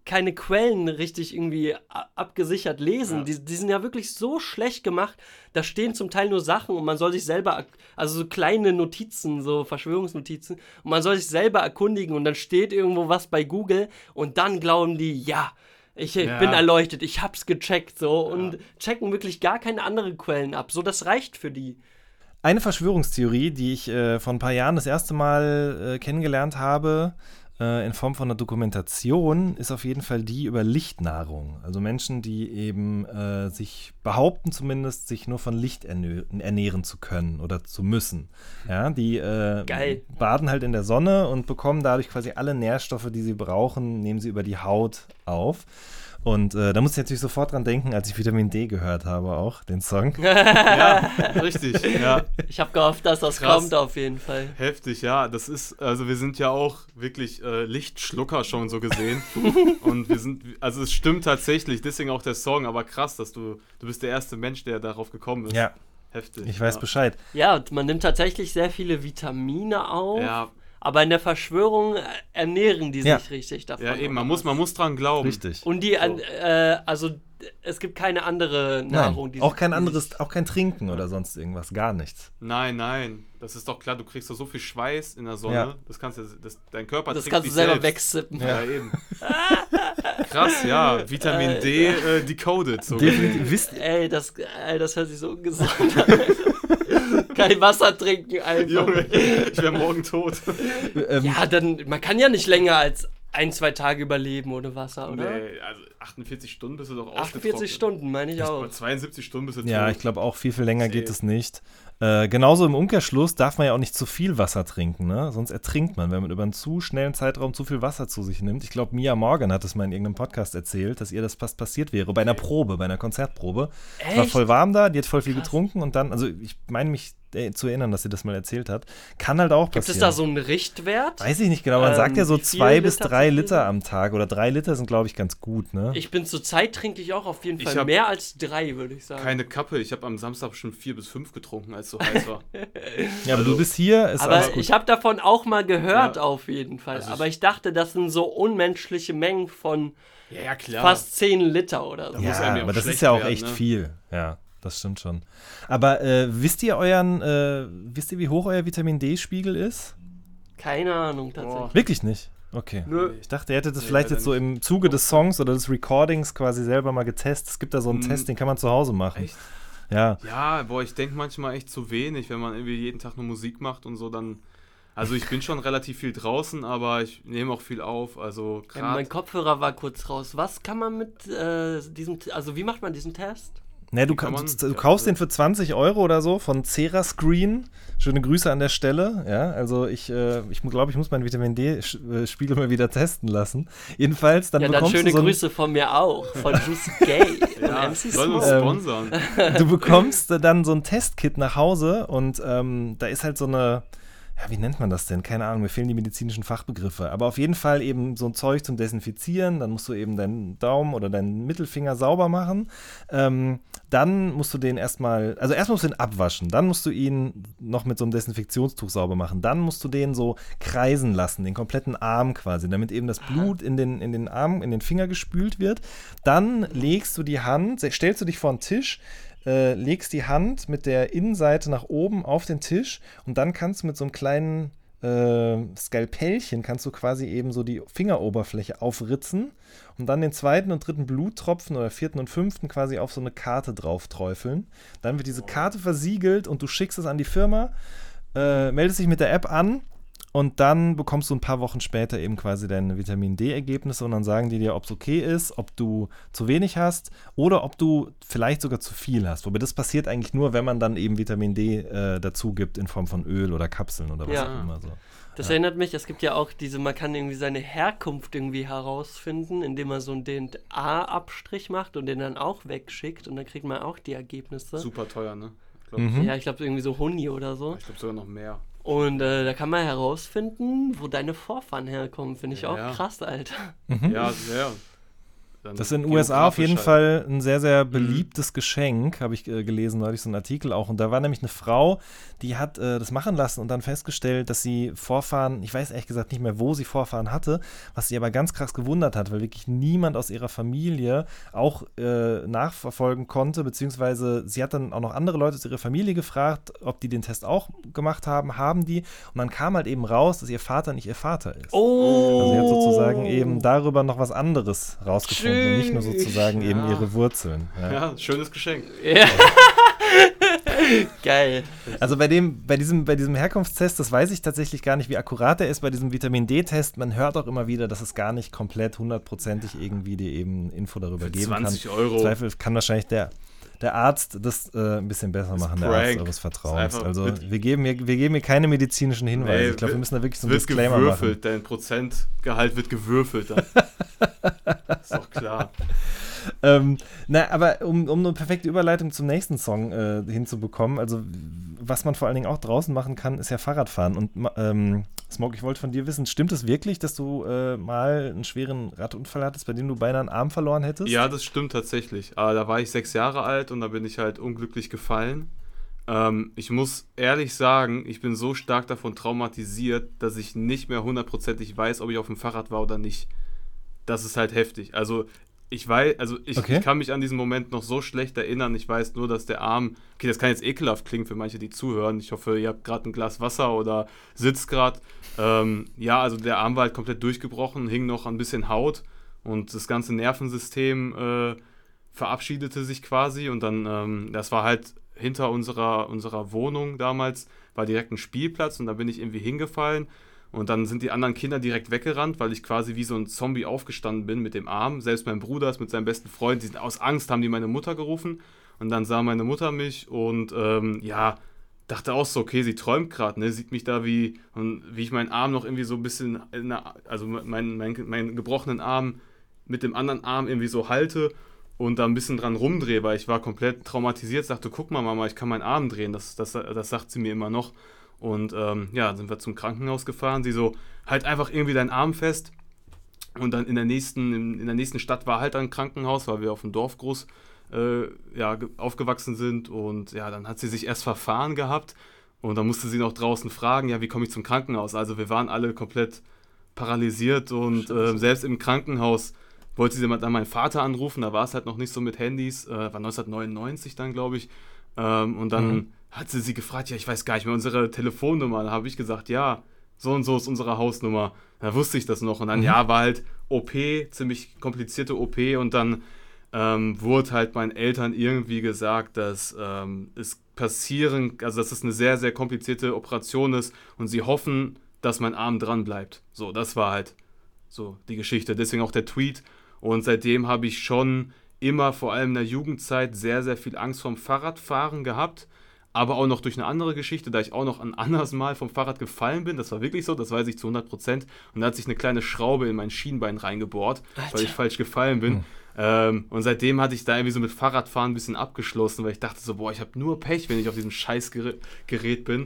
keine Quellen richtig irgendwie abgesichert lesen. Ja. Die sind ja wirklich so schlecht gemacht. Da stehen zum Teil nur Sachen und man soll sich selber, also so kleine Notizen, so Verschwörungsnotizen, und man soll sich selber erkundigen und dann steht irgendwo was bei Google und dann glauben die, ja, ich bin erleuchtet, ich hab's gecheckt, so, und checken wirklich gar keine anderen Quellen ab. So, das reicht für die. Eine Verschwörungstheorie, die ich vor ein paar Jahren das erste Mal kennengelernt habe, in Form von einer Dokumentation, ist auf jeden Fall die über Lichtnahrung. Also Menschen, die eben sich behaupten zumindest, sich nur von Licht ernähren zu können oder zu müssen. Ja, die baden halt in der Sonne und bekommen dadurch quasi alle Nährstoffe, die sie brauchen, nehmen sie über die Haut auf. Und da muss ich natürlich sofort dran denken, als ich Vitamin D gehört habe, auch den Song. Ja, richtig, ja. Ich habe gehofft, dass das Krass. kommt auf jeden Fall. Heftig, ja. Das ist, also wir sind ja auch wirklich Lichtschlucker schon so gesehen. Und wir sind, also es stimmt tatsächlich, deswegen auch der Song, aber krass, dass du bist der erste Mensch, der darauf gekommen ist. Ja, Heftig. ich weiß Bescheid. Ja, und man nimmt tatsächlich sehr viele Vitamine auf. Ja, Aber in der Verschwörung ernähren die sich richtig davon. ja, eben, man oder muss was? dran glauben. Richtig. Und die, So. also es gibt keine andere Nahrung. Nein, auch kein anderes, auch kein Trinken oder sonst irgendwas, gar nichts. Nein, das ist doch klar, du kriegst doch so viel Schweiß in der Sonne, Ja. das kannst du, dein Körper Das trinkt kannst du dich selber selbst. wegsippen. Ja, eben. Krass, ja, Vitamin D decoded. So. Definitiv. Ey, das hört sich so ungesund an. Kein Wasser trinken einfach. Junge, ich wäre morgen tot. Ja, dann, man kann ja nicht länger als 1-2 Tage überleben ohne Wasser, oder? Nee, also 48 Stunden bist du doch 48 Stunden, meine ich auch. Aber 72 Stunden bist du Ja, tot. ich glaube auch, viel länger geht es nicht. Genauso im Umkehrschluss darf man ja auch nicht zu viel Wasser trinken, ne? Sonst ertrinkt man, wenn man über einen zu schnellen Zeitraum zu viel Wasser zu sich nimmt. Ich glaube, Mia Morgan hat es mal in irgendeinem Podcast erzählt, dass ihr das fast passiert wäre, bei einer Probe, bei einer Konzertprobe. Es war Echt? voll warm da, die hat voll viel getrunken und dann, also ich meine mich zu erinnern, dass sie das mal erzählt hat. Kann halt auch Gibt passieren. es da so einen Richtwert? Weiß ich nicht genau, man sagt ja so wie viel 2 bis Liter 3 zu viel Liter sind? am Tag oder 3 Liter sind, glaube ich, ganz gut, ne? Zur Zeit trinke ich auch auf jeden Ich Fall hab mehr als 3, würde ich sagen. Keine Kappe, ich habe am Samstag schon 4 bis 5 getrunken, als es so heiß war. Ja, aber du bist hier, ist alles Aber gut. ich habe davon auch mal gehört, Ja. auf jeden Fall. Also Aber ich dachte, das sind so unmenschliche Mengen von Ja, klar. fast 10 Liter oder so. muss Ja, einem ja auch aber das schlecht ist ja auch werden, echt ne? viel. Ja, das stimmt schon. Aber wisst ihr, wie hoch euer Vitamin D-Spiegel ist? Keine Ahnung, tatsächlich. Boah. Wirklich nicht? Okay. Nö. Ich dachte, ihr hättet das Nee, vielleicht leider jetzt so im Zuge des Songs oder des Recordings quasi selber mal getestet. Es gibt da so einen Test, den kann man zu Hause machen. Echt? Ja. Ja, boah, ich denke manchmal echt zu wenig, wenn man irgendwie jeden Tag nur Musik macht und so, dann. Also ich bin schon relativ viel draußen, aber ich nehme auch viel auf. Also Ja, gerade. mein Kopfhörer war kurz raus. Was kann man mit also wie macht man diesen Test? Ne, du, kann man- du kaufst den für 20 € oder so von Cerascreen. Schöne Grüße an der Stelle. Ja, also ich glaube, ich muss meinen Vitamin D-Spiegel mal wieder testen lassen. Jedenfalls, dann Ja, dann bekommst schöne du so Grüße von mir auch. Von Juicy Gay und ja, MC sollen uns Smoke. sponsern. Du bekommst dann so ein Testkit nach Hause und da ist halt so eine, ja, wie nennt man das denn? Keine Ahnung, mir fehlen die medizinischen Fachbegriffe. Aber auf jeden Fall eben so ein Zeug zum Desinfizieren. Dann musst du eben deinen Daumen oder deinen Mittelfinger sauber machen. Dann musst du den erstmal musst du ihn abwaschen. Dann musst du ihn noch mit so einem Desinfektionstuch sauber machen. Dann musst du den so kreisen lassen, den kompletten Arm quasi, damit eben das Blut in den Arm, in den Finger gespült wird. Dann legst du die Hand, stellst du dich vor den Tisch, legst die Hand mit der Innenseite nach oben auf den Tisch und dann kannst du mit so einem kleinen Skalpellchen kannst du quasi eben so die Fingeroberfläche aufritzen und dann den 2. und 3. Bluttropfen oder 4. und 5. quasi auf so eine Karte drauf träufeln. Dann wird diese Karte versiegelt und du schickst es an die Firma, meldest dich mit der App an und dann bekommst du ein paar Wochen später eben quasi deine Vitamin-D-Ergebnisse und dann sagen die dir, ob es okay ist, ob du zu wenig hast oder ob du vielleicht sogar zu viel hast. Wobei das passiert eigentlich nur, wenn man dann eben Vitamin D dazu gibt in Form von Öl oder Kapseln oder was Ja. auch immer so. Das erinnert mich, es gibt ja auch man kann irgendwie seine Herkunft irgendwie herausfinden, indem man so einen DNA-Abstrich macht und den dann auch wegschickt und dann kriegt man auch die Ergebnisse. Super teuer, ne? Ja, ich glaube irgendwie so Huni oder so. Ich glaube sogar noch mehr. Und da kann man herausfinden, wo deine Vorfahren herkommen. Finde ich auch Ja. krass, Alter. Ja, sehr. dann Das ist in den USA auf jeden geografisch Fall ein sehr, sehr beliebtes Geschenk, habe ich gelesen, neulich so einen Artikel auch. Und da war nämlich eine Frau, die hat das machen lassen und dann festgestellt, dass sie Vorfahren, ich weiß ehrlich gesagt nicht mehr, wo sie Vorfahren hatte, was sie aber ganz krass gewundert hat, weil wirklich niemand aus ihrer Familie auch nachverfolgen konnte, beziehungsweise sie hat dann auch noch andere Leute aus ihrer Familie gefragt, ob die den Test auch gemacht haben die. Und dann kam halt eben raus, dass ihr Vater nicht ihr Vater ist. Oh! Also sie hat sozusagen eben darüber noch was anderes rausgefunden und nicht nur sozusagen eben ihre Wurzeln. Ja, schönes Geschenk. Ja. Geil. Also bei diesem Herkunftstest, das weiß ich tatsächlich gar nicht, wie akkurat er ist. Bei diesem Vitamin-D-Test, man hört auch immer wieder, dass es gar nicht komplett hundertprozentig irgendwie dir eben Info darüber geben 20 kann. Euro. Im Zweifel kann wahrscheinlich der Arzt das ein bisschen besser machen, der Arzt eures Vertrauens. Also wir geben hier keine medizinischen Hinweise. Ich glaube, wir müssen da wirklich so einen Disclaimer machen. Wird gewürfelt, dein Prozentgehalt wird gewürfelt dann. Ist doch klar. Aber um eine perfekte Überleitung zum nächsten Song hinzubekommen, also was man vor allen Dingen auch draußen machen kann, ist ja Fahrradfahren. Und Smoke, ich wollte von dir wissen, stimmt es wirklich, dass du mal einen schweren Radunfall hattest, bei dem du beinahe einen Arm verloren hättest? Ja, das stimmt tatsächlich. Aber da war ich 6 Jahre alt und da bin ich halt unglücklich gefallen. Ich muss ehrlich sagen, ich bin so stark davon traumatisiert, dass ich nicht mehr hundertprozentig weiß, ob ich auf dem Fahrrad war oder nicht. Das ist halt heftig. Also ich kann mich an diesen Moment noch so schlecht erinnern. Ich weiß nur, dass der Arm, okay, das kann jetzt ekelhaft klingen für manche, die zuhören. Ich hoffe, ihr habt gerade ein Glas Wasser oder sitzt gerade. Also der Arm war halt komplett durchgebrochen, hing noch ein bisschen Haut und das ganze Nervensystem verabschiedete sich quasi. Und dann, das war halt hinter unserer Wohnung damals, war direkt ein Spielplatz und da bin ich irgendwie hingefallen. Und dann sind die anderen Kinder direkt weggerannt, weil ich quasi wie so ein Zombie aufgestanden bin mit dem Arm. Selbst mein Bruder ist mit seinem besten Freund, aus Angst haben die meine Mutter gerufen. Und dann sah meine Mutter mich und dachte auch so, okay, sie träumt gerade, ne? Sieht mich da wie ich meinen Arm noch irgendwie so ein bisschen, meinen gebrochenen Arm mit dem anderen Arm irgendwie so halte und da ein bisschen dran rumdrehe, weil ich war komplett traumatisiert. Sagte, guck mal Mama, ich kann meinen Arm drehen. Das sagt sie mir immer noch. Und dann sind wir zum Krankenhaus gefahren. Sie so, halt einfach irgendwie deinen Arm fest. Und dann in der nächsten Stadt war halt ein Krankenhaus, weil wir auf dem Dorf groß aufgewachsen sind. Und ja, dann hat sie sich erst verfahren gehabt. Und dann musste sie noch draußen fragen, ja, wie komme ich zum Krankenhaus? Also wir waren alle komplett paralysiert. Und selbst im Krankenhaus wollte sie dann meinen Vater anrufen. Da war es halt noch nicht so mit Handys. War 1999 dann, glaube ich. Und dann hat sie gefragt, ja, ich weiß gar nicht mehr unsere Telefonnummer. Da habe ich gesagt, ja, so und so ist unsere Hausnummer. Da wusste ich das noch. Und dann, war halt OP, ziemlich komplizierte OP. Und dann wurde halt meinen Eltern irgendwie gesagt, dass dass es eine sehr, sehr komplizierte Operation ist. Und sie hoffen, dass mein Arm dran bleibt. So, das war halt so die Geschichte. Deswegen auch der Tweet. Und seitdem habe ich schon immer, vor allem in der Jugendzeit, sehr, sehr viel Angst vorm Fahrradfahren gehabt. Aber auch noch durch eine andere Geschichte, da ich auch noch ein anderes Mal vom Fahrrad gefallen bin. Das war wirklich so, das weiß ich zu 100%. Und da hat sich eine kleine Schraube in mein Schienbein reingebohrt, Alter, weil ich falsch gefallen bin. Und seitdem hatte ich da irgendwie so mit Fahrradfahren ein bisschen abgeschlossen, weil ich dachte so, ich habe nur Pech, wenn ich auf diesem Scheißgerät bin.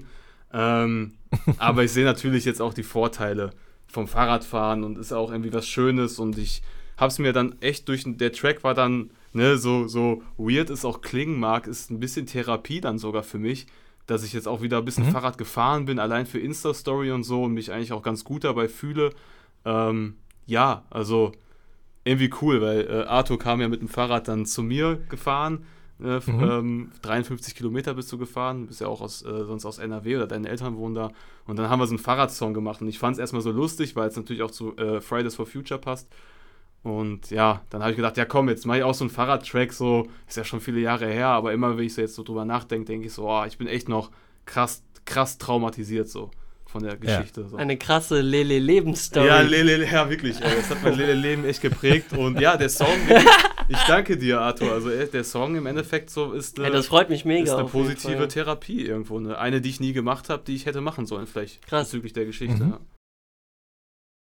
Aber ich sehe natürlich jetzt auch die Vorteile vom Fahrradfahren und ist auch irgendwie was Schönes. Und ich habe es mir dann echt der Track war dann, ne, so weird es auch klingen mag, ist ein bisschen Therapie dann sogar für mich, dass ich jetzt auch wieder ein bisschen Fahrrad gefahren bin, allein für Insta-Story und so und mich eigentlich auch ganz gut dabei fühle. Also irgendwie cool, weil Arthur kam ja mit dem Fahrrad dann zu mir gefahren, 53 Kilometer bist du gefahren, bist ja auch sonst aus NRW oder deine Eltern wohnen da und dann haben wir so einen Fahrradsong gemacht und ich fand es erstmal so lustig, weil es natürlich auch zu Fridays for Future passt. Und ja, dann habe ich gedacht, ja komm, jetzt mache ich auch so einen Fahrradtrack, so, ist ja schon viele Jahre her, aber immer, wenn ich so jetzt so drüber nachdenke, denke ich so, ich bin echt noch krass traumatisiert so von der Geschichte. Ja. So. Eine krasse Lele-Lebensstory. Ja, wirklich, das hat mein Lele-Leben echt geprägt und ja, der Song, ich danke dir, Arthur, also der Song im Endeffekt so ist das freut mich mega, ist eine positive Therapie irgendwo, eine die ich nie gemacht habe, die ich hätte machen sollen, vielleicht bezüglich der Geschichte. Ja.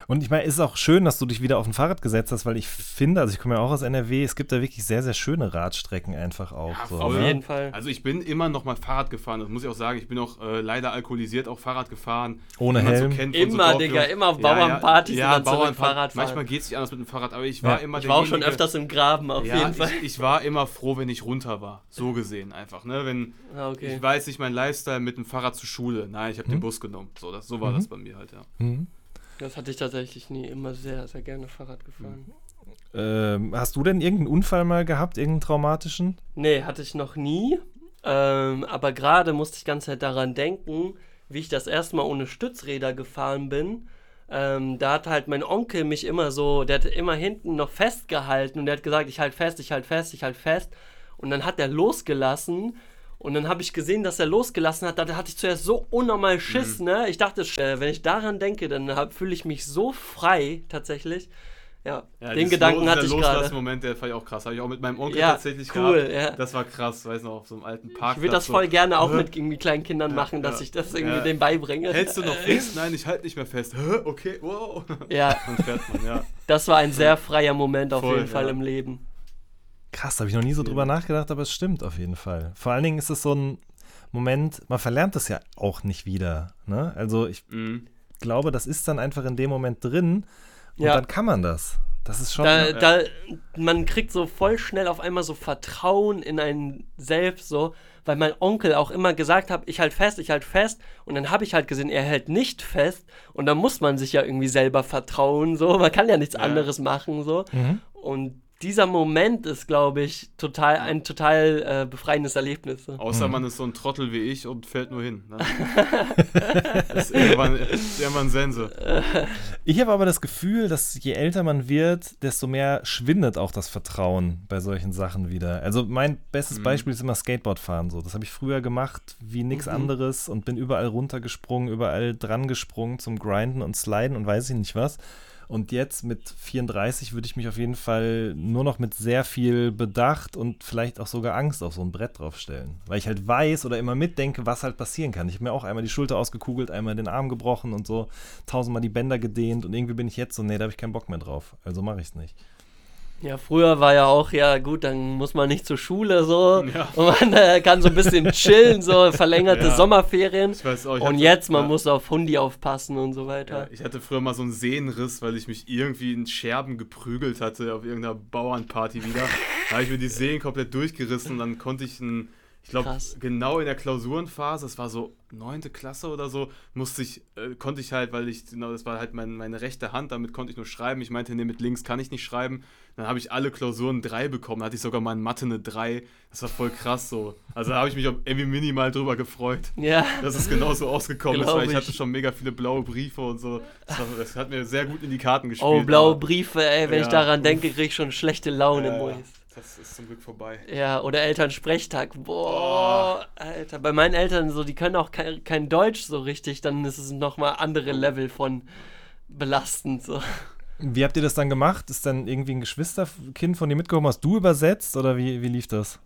Und ich meine, es ist auch schön, dass du dich wieder auf ein Fahrrad gesetzt hast, weil ich finde, also ich komme ja auch aus NRW, es gibt da wirklich sehr, sehr schöne Radstrecken einfach auch. Ja, so, Auf ne? jeden Fall. Also ich bin immer noch mal Fahrrad gefahren, das muss ich auch sagen. Ich bin auch leider alkoholisiert auch Fahrrad gefahren. Ohne Wie man Helm? kennt von so Immer, Dorfjungen. Digga, immer auf Bauernpartys ja, und dann zurück Fahrrad fahren. Manchmal geht es nicht anders mit dem Fahrrad, aber ich war immer Ich war auch schon derjenige- öfters im Graben, auf Ja, jeden Fall. ich war immer froh, wenn ich runter war. So gesehen einfach. Ne? Wenn Okay. ich weiß nicht, mein Lifestyle mit dem Fahrrad zur Schule. Nein, ich habe den Bus genommen. So war das bei mir halt, ja. Mhm. Das hatte ich tatsächlich nie. Immer sehr, sehr gerne Fahrrad gefahren. Hast du denn irgendeinen Unfall mal gehabt, irgendeinen traumatischen? Nee, hatte ich noch nie. Aber gerade musste ich die ganze Zeit daran denken, wie ich das erste Mal ohne Stützräder gefahren bin. Da hat halt mein Onkel mich immer so, der hat immer hinten noch festgehalten und der hat gesagt, ich halte fest, ich halte fest, ich halte fest. Und dann hat er losgelassen und dann habe ich gesehen, dass er losgelassen hat. Da hatte ich zuerst so unnormal Schiss, ne? Ich dachte, wenn ich daran denke, dann fühle ich mich so frei, tatsächlich. Ja, den Gedanken hatte ich Der gerade. Loslassen-Moment, der fand ich auch krass. Habe ich auch mit meinem Onkel Ja, tatsächlich cool, gehabt. ja. Das war krass, weiß noch, auf so einem alten Parkplatz. Ich würde das so, voll gerne auch mit irgendwie kleinen Kindern machen, dass ja. ich das irgendwie Ja. denen beibringe. Hältst du noch fest? Nein, ich halte nicht mehr fest. Okay, wow. Ja, Dann fährt man, ja. das war ein sehr freier Moment auf Voll, jeden Fall ja. im Leben. Krass, habe ich noch nie so drüber nachgedacht, aber es stimmt auf jeden Fall. Vor allen Dingen ist es so ein Moment, man verlernt es ja auch nicht wieder. Ne? Also ich glaube, das ist dann einfach in dem Moment drin und Ja. dann kann man das. Das ist schon... Man kriegt so voll schnell auf einmal so Vertrauen in einen selbst, so, weil mein Onkel auch immer gesagt hat, ich halte fest und dann habe ich halt gesehen, er hält nicht fest und dann muss man sich ja irgendwie selber vertrauen, so, man kann ja nichts anderes machen, so. Und dieser Moment ist, glaube ich, ein total befreiendes Erlebnis. So. Außer man ist so ein Trottel wie ich und fällt nur hin. Das ist irgendwann Sense. Ich habe aber das Gefühl, dass je älter man wird, desto mehr schwindet auch das Vertrauen bei solchen Sachen wieder. Also mein bestes Beispiel ist immer Skateboardfahren. So. Das habe ich früher gemacht wie nichts anderes und bin überall runtergesprungen, überall dran gesprungen zum Grinden und Sliden und weiß ich nicht was. Und jetzt mit 34 würde ich mich auf jeden Fall nur noch mit sehr viel Bedacht und vielleicht auch sogar Angst auf so ein Brett draufstellen. Weil ich halt weiß oder immer mitdenke, was halt passieren kann. Ich habe mir auch einmal die Schulter ausgekugelt, einmal den Arm gebrochen und so 1000-mal die Bänder gedehnt und irgendwie bin ich jetzt so, nee, da habe ich keinen Bock mehr drauf. Also mache ich es nicht. Ja, früher war ja auch, ja gut, dann muss man nicht zur Schule so Ja. und man kann so ein bisschen chillen, so verlängerte Ja. Sommerferien Ich weiß auch, ich und hatte- jetzt, man ja. muss auf Hundi aufpassen und so weiter. Ja, ich hatte früher mal so einen Sehnenriss, weil ich mich irgendwie in Scherben geprügelt hatte auf irgendeiner Bauernparty wieder. Da habe ich mir die Sehnen komplett durchgerissen und dann konnte ich ich glaube, Krass. genau in der Klausurenphase, das war so 9. Klasse oder so, konnte ich halt, das war halt meine rechte Hand, damit konnte ich nur schreiben. Ich meinte, nee, mit links kann ich nicht schreiben. Dann habe ich alle Klausuren 3 bekommen, da hatte ich sogar mal in Mathe eine 3. Das war voll krass so. Also da habe ich mich auch irgendwie minimal drüber gefreut, Ja, dass es genauso ausgekommen ist, Glaub weil ich ich. hatte schon mega viele blaue Briefe und so. Das hat mir sehr gut in die Karten gespielt. oh, blaue aber Briefe, ey, wenn ich Ja. daran denke, kriege ich schon schlechte Laune, Ja, Mois. das ist zum Glück vorbei. Ja, oder Elternsprechtag. Boah, Alter. Bei meinen Eltern so, die können auch kein Deutsch so richtig, dann ist es nochmal andere Level von belastend. So. Wie habt ihr das dann gemacht? Ist dann irgendwie ein Geschwisterkind von dir mitgekommen? Hast du übersetzt oder wie lief das?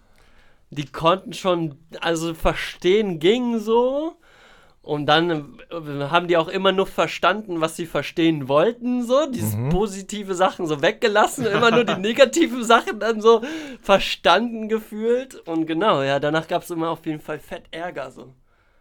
Die konnten schon, also verstehen ging so. Und dann haben die auch immer nur verstanden, was sie verstehen wollten, so. Diese positive Sachen so weggelassen, immer nur die negativen Sachen dann so verstanden gefühlt. Und genau, ja, danach gab es immer auf jeden Fall fett Ärger, so.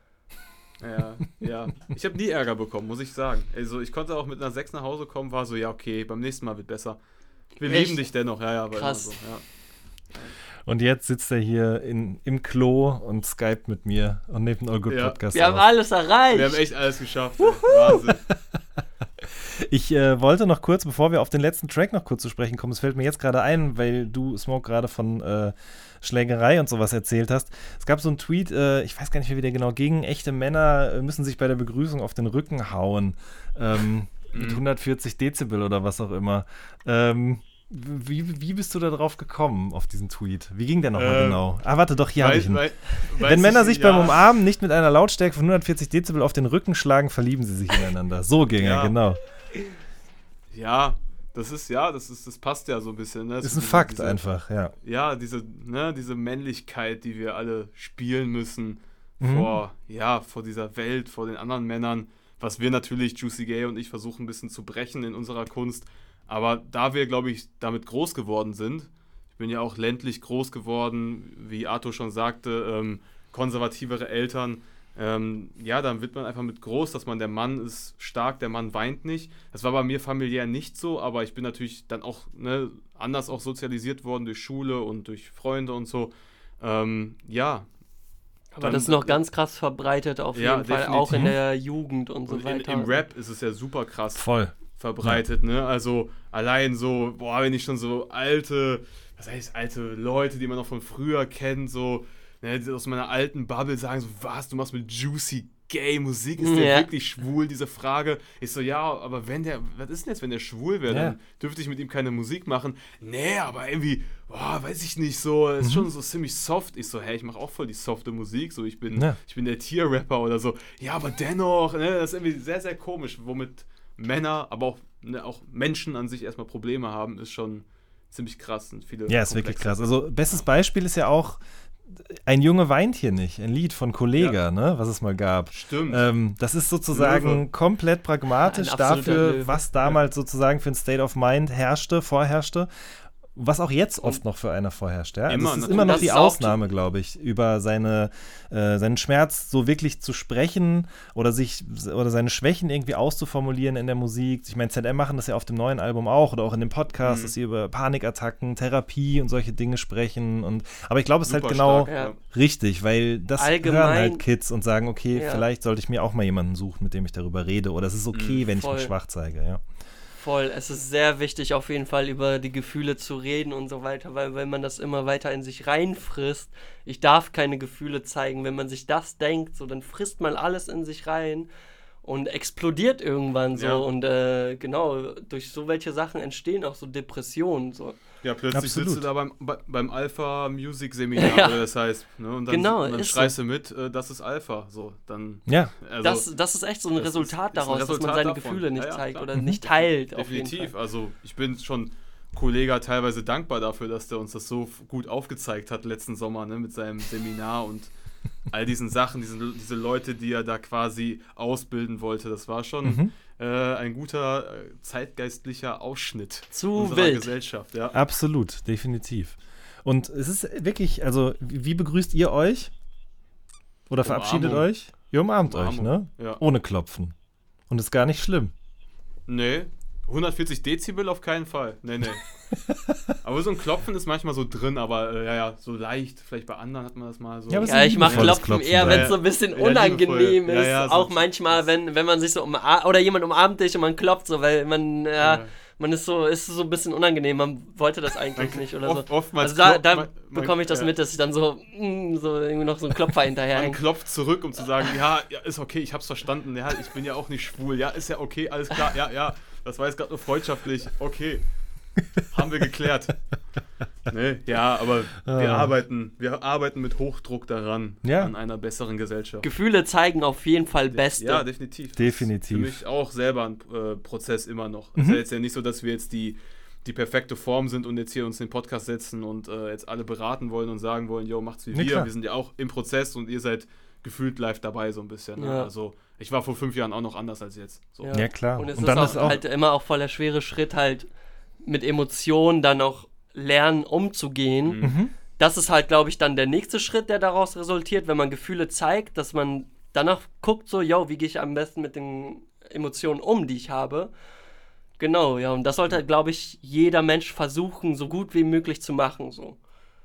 Ja. Ich habe nie Ärger bekommen, muss ich sagen. Also ich konnte auch mit einer 6 nach Hause kommen, war so, ja okay, beim nächsten Mal wird besser. Wir Echt? lieben dich dennoch, ja, aber Krass. immer so, ja. Und jetzt sitzt er hier im Klo und skypt mit mir und nimmt einen All Good Ja. Podcast Wir haben auf. alles erreicht. Wir haben echt alles geschafft. Wahnsinn. Ich wollte noch kurz, bevor wir auf den letzten Track noch kurz zu sprechen kommen, es fällt mir jetzt gerade ein, weil du, Smoke, gerade von Schlägerei und sowas erzählt hast. Es gab so einen Tweet, ich weiß gar nicht mehr, wie der genau ging, echte Männer müssen sich bei der Begrüßung auf den Rücken hauen. Mit 140 Dezibel oder was auch immer. Wie bist du da drauf gekommen, auf diesen Tweet? Wie ging der nochmal genau? Warte, doch, hier habe ich ihn. Wenn Männer sich beim Umarmen nicht mit einer Lautstärke von 140 Dezibel auf den Rücken schlagen, verlieben sie sich ineinander. So ging er, genau. Ja, das passt ja so ein bisschen. Ne? Ist ein Fakt einfach, ja. Ja, diese Männlichkeit, die wir alle spielen müssen vor dieser Welt, vor den anderen Männern. was wir natürlich, Juicy Gay und ich, versuchen ein bisschen zu brechen in unserer Kunst. Aber da wir, glaube ich, damit groß geworden sind, ich bin ja auch ländlich groß geworden, wie Arthur schon sagte, konservativere Eltern, dann wird man einfach mit groß, dass man, der Mann ist stark, der Mann weint nicht. Das war bei mir familiär nicht so, aber ich bin natürlich dann auch anders auch sozialisiert worden durch Schule und durch Freunde und so. Aber das ist noch ganz krass verbreitet auf jeden Fall, definitiv. auch in der Jugend und so weiter. Im Rap ist es ja super krass Voll verbreitet, ne? Also allein so, wenn ich schon so alte Leute, die man noch von früher kennt, so aus meiner alten Bubble sagen so, was, du machst mit Juicy Gay Musik, ist der wirklich schwul, diese Frage. Ich so, ja, aber was ist denn jetzt, wenn der schwul wäre, dann dürfte ich mit ihm keine Musik machen. Nee, aber irgendwie, weiß ich nicht, so, ist schon so ziemlich soft. Ich so, ich mache auch voll die softe Musik, so, ich bin der Tier-Rapper oder so. Ja, aber dennoch, das ist irgendwie sehr, sehr komisch, womit Männer, aber auch Menschen an sich erstmal Probleme haben, ist schon ziemlich krass. Und viele ist wirklich krass. Also, bestes Beispiel ist ja auch Ein Junge weint hier nicht, ein Lied von Kollega, was es mal gab. Stimmt. Das ist sozusagen komplett pragmatisch dafür, Löwe. was damals sozusagen für ein State of Mind vorherrschte. Was auch jetzt oft noch für einer vorherrscht. Ja? Immer, das ist natürlich. immer noch Das die ist auch Ausnahme, glaube ich, über seinen Schmerz so wirklich zu sprechen oder seine Schwächen irgendwie auszuformulieren in der Musik. Ich meine, ZM machen das ja auf dem neuen Album auch oder auch in dem Podcast, dass sie über Panikattacken, Therapie und solche Dinge sprechen. Aber ich glaube, es ist halt Super genau stark, richtig, weil das Allgemein, hören halt Kids und sagen, okay, vielleicht sollte ich mir auch mal jemanden suchen, mit dem ich darüber rede. Oder es ist okay, wenn ich mich schwach zeige, ja. Voll, es ist sehr wichtig, auf jeden Fall über die Gefühle zu reden und so weiter, weil wenn man das immer weiter in sich reinfrisst, ich darf keine Gefühle zeigen, wenn man sich das denkt, so, dann frisst man alles in sich rein und explodiert irgendwann so. Und durch so welche Sachen entstehen auch so Depressionen. So. Ja, plötzlich Absolut. sitzt du da beim Alpha Music Seminar, oder das heißt, ne? Und dann schreist du mit, das ist Alpha. So, dann, das ist echt so ein Resultat daraus, dass man seine Gefühle nicht zeigt oder nicht teilt. Definitiv. Auf jeden Fall. Also ich bin schon Kollega teilweise dankbar dafür, dass der uns das so gut aufgezeigt hat letzten Sommer, ne, mit seinem Seminar und all diesen Sachen, diese Leute, die er da quasi ausbilden wollte. Das war schon ein guter zeitgeistlicher Ausschnitt unserer Gesellschaft. Ja. Absolut, definitiv. Und es ist wirklich, also wie begrüßt ihr euch? Oder verabschiedet euch? Ihr umarmt euch, ne? Ja. Ohne Klopfen. Und ist gar nicht schlimm. Nee, 140 Dezibel auf keinen Fall. Nee. Aber so ein Klopfen ist manchmal so drin, aber so leicht. Vielleicht bei anderen hat man das mal so. Ja, ich mache Klopfen eher, wenn es so ein bisschen unangenehm ist. Ja, auch so manchmal, wenn man sich so oder jemand umarmt dich und man klopft so, weil man ist so ein bisschen unangenehm, man wollte das eigentlich nicht oder so. Oftmals also da bekomme ich das mit, dass ich dann so irgendwie noch so einen Klopfer hinterher Man klopft zurück, um zu sagen, ja, ist okay, ich hab's verstanden, ja, ich bin ja auch nicht schwul, ja, ist ja okay, alles klar, ja, das war jetzt gerade nur freundschaftlich, okay, haben wir geklärt. Nee, ja, aber wir arbeiten mit Hochdruck daran, an einer besseren Gesellschaft. Gefühle zeigen auf jeden Fall Beste. Ja, definitiv. Definitiv. Für mich auch selber ein Prozess immer noch. Es ist ja jetzt ja nicht so, dass wir jetzt die perfekte Form sind und jetzt hier uns den Podcast setzen und jetzt alle beraten wollen und sagen wollen, yo, macht's wie wir. Klar. Wir sind ja auch im Prozess und ihr seid gefühlt live dabei so ein bisschen. Ja. Ne? Also ich war vor 5 Jahren auch noch anders als jetzt. So. Ja, klar. Und es dann ist auch halt immer auch voll der schwere Schritt halt mit Emotionen dann auch lernen umzugehen. Das ist halt, glaube ich, dann der nächste Schritt, der daraus resultiert, wenn man Gefühle zeigt, dass man danach guckt so, wie gehe ich am besten mit den Emotionen um, die ich habe. Genau, ja, und das sollte, glaube ich, jeder Mensch versuchen, so gut wie möglich zu machen, so.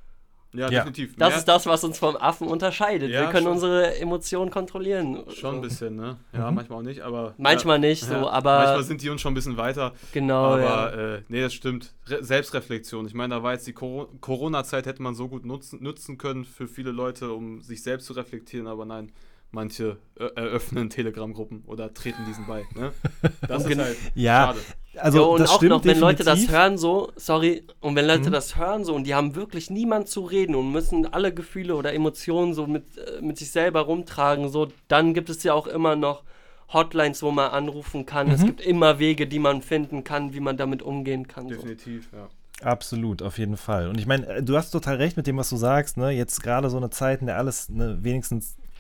Ja, definitiv. Das ist das, was uns vom Affen unterscheidet. Ja, wir können schon. unsere Emotionen kontrollieren. Schon ein bisschen, ne? Ja, manchmal auch nicht, aber... Manchmal nicht, so, aber... Manchmal sind die uns schon ein bisschen weiter. Genau, aber, nee, das stimmt. Selbstreflexion. Ich meine, da war jetzt die Corona-Zeit, hätte man so gut nutzen können für viele Leute, um sich selbst zu reflektieren, aber nein, manche eröffnen Telegram-Gruppen oder treten diesen bei, ne? Das ist halt schade. Also und das auch stimmt noch, wenn Leute das definitiv. hören so, und wenn Leute das hören so und die haben wirklich niemand zu reden und müssen alle Gefühle oder Emotionen so mit sich selber rumtragen, so, dann gibt es ja auch immer noch Hotlines, wo man anrufen kann. Es gibt immer Wege, die man finden kann, wie man damit umgehen kann. Definitiv, ja. Absolut, auf jeden Fall. Und ich meine, du hast total recht mit dem, was du sagst, ne? Jetzt gerade so eine Zeit, in der alles wenigstens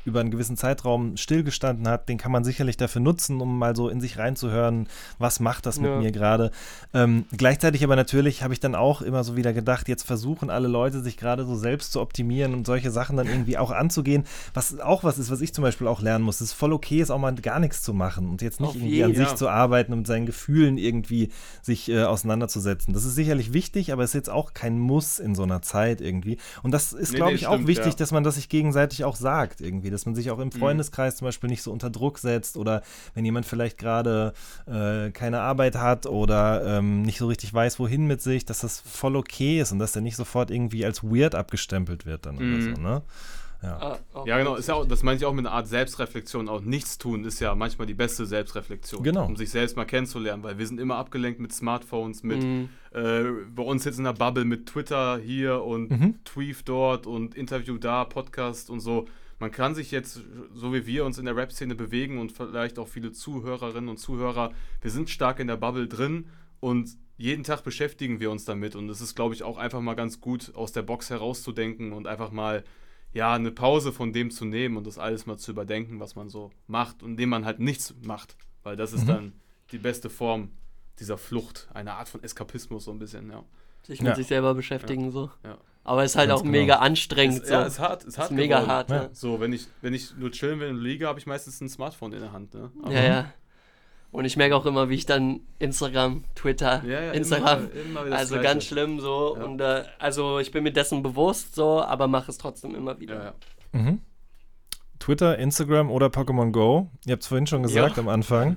über einen gewissen Zeitraum stillgestanden hat, den kann man sicherlich dafür nutzen, um mal so in sich reinzuhören, was macht das mit mir gerade. Gleichzeitig aber natürlich habe ich dann auch immer so wieder gedacht, jetzt versuchen alle Leute, sich gerade so selbst zu optimieren und solche Sachen dann irgendwie auch anzugehen, was auch was ist, was ich zum Beispiel auch lernen muss. Es ist voll okay, ist auch mal gar nichts zu machen und jetzt nicht irgendwie an sich zu arbeiten und mit seinen Gefühlen irgendwie sich auseinanderzusetzen. Das ist sicherlich wichtig, aber es ist jetzt auch kein Muss in so einer Zeit irgendwie. Und das ist, glaube ich, auch wichtig, dass man das sich gegenseitig auch sagt irgendwie, dass man sich auch im Freundeskreis zum Beispiel nicht so unter Druck setzt oder wenn jemand vielleicht gerade keine Arbeit hat oder nicht so richtig weiß, wohin mit sich, dass das voll okay ist und dass der nicht sofort irgendwie als weird abgestempelt wird dann oder so, ne? Ja, genau. Ist ja auch, das meine ich auch mit einer Art Selbstreflexion. Auch nichts tun ist ja manchmal die beste Selbstreflexion. Genau. Um sich selbst mal kennenzulernen, weil wir sind immer abgelenkt mit Smartphones, mit bei uns jetzt in der Bubble mit Twitter hier und Tweet dort und Interview da, Podcast und so. Man kann sich jetzt, so wie wir uns in der Rap-Szene bewegen und vielleicht auch viele Zuhörerinnen und Zuhörer, wir sind stark in der Bubble drin und jeden Tag beschäftigen wir uns damit. Und es ist, glaube ich, auch einfach mal ganz gut, aus der Box herauszudenken und einfach mal eine Pause von dem zu nehmen und das alles mal zu überdenken, was man so macht und indem man halt nichts macht, weil das ist dann die beste Form dieser Flucht, eine Art von Eskapismus so ein bisschen, Sich mit sich selber beschäftigen, so. Ja. Aber es ist halt Ganz auch mega anstrengend. Ja, ist hart. Ist mega geworden. hart, ja. So, wenn ich nur chillen will und liege, habe ich meistens ein Smartphone in der Hand, ne? Aber Ja. Und ich merke auch immer, wie ich dann Instagram, Twitter, Instagram, immer wieder also das ganz Gleiche. schlimm so. Ja. Und also ich bin mir dessen bewusst so, aber mache es trotzdem immer wieder. Ja. Twitter, Instagram oder Pokémon Go. Ihr habt es vorhin schon gesagt am Anfang.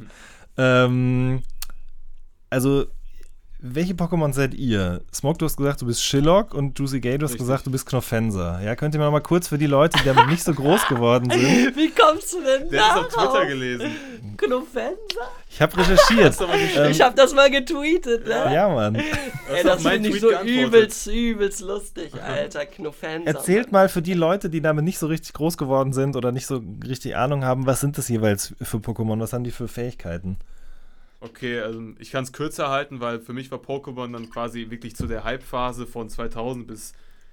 Also, welche Pokémon seid ihr? Smoke, du hast gesagt, du bist Shillock und Juicy Gay, du hast gesagt, du bist Knofenser. Ja, könnt ihr mir noch mal kurz für die Leute, die damit nicht so groß geworden sind. Wie kommst du denn Der darauf? ist auf Twitter gelesen. Knofenser? Ich habe recherchiert. Ich habe das mal getweetet, ne? Ja, Mann. Ey, das finde ich so übelst lustig, Alter. Knofenser. Erzählt mal für die Leute, die damit nicht so richtig groß geworden sind oder nicht so richtig Ahnung haben, was sind das jeweils für Pokémon? Was haben die für Fähigkeiten? Okay, also ich kann es kürzer halten, weil für mich war Pokémon dann quasi wirklich zu der Hype-Phase von 2000 bis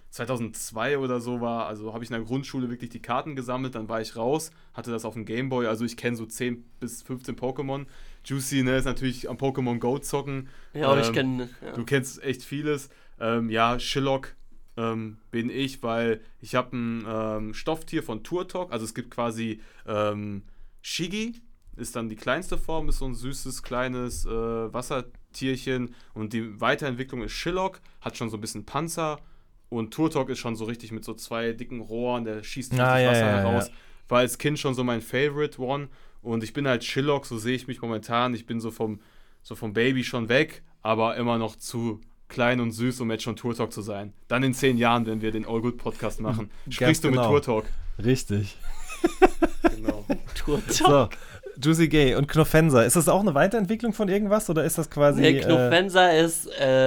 2002 oder so war, also habe ich in der Grundschule wirklich die Karten gesammelt, dann war ich raus, hatte das auf dem Gameboy, also ich kenne so 10 bis 15 Pokémon. Juicy, ne, ist natürlich am Pokémon Go zocken. Ja, ich kenne. Ja. Du kennst echt vieles. Shillock bin ich, weil ich habe ein Stofftier von Turtok, also es gibt quasi Shiggy, ist dann die kleinste Form, ist so ein süßes, kleines Wassertierchen und die Weiterentwicklung ist Shillock, hat schon so ein bisschen Panzer und Turtok ist schon so richtig mit so 2 dicken Rohren, der schießt richtig Wasser heraus. War als Kind schon so mein Favorite One und ich bin halt Shillock, so sehe ich mich momentan, ich bin so vom Baby schon weg, aber immer noch zu klein und süß, um jetzt schon Turtok zu sein. Dann in 10 Jahren, wenn wir den All Good Podcast machen, sprichst du mit Turtok. Richtig. Genau. Turtok. So. Juicy Gay und Knofenser. Ist das auch eine Weiterentwicklung von irgendwas oder ist das quasi. Nee, Knofenser ist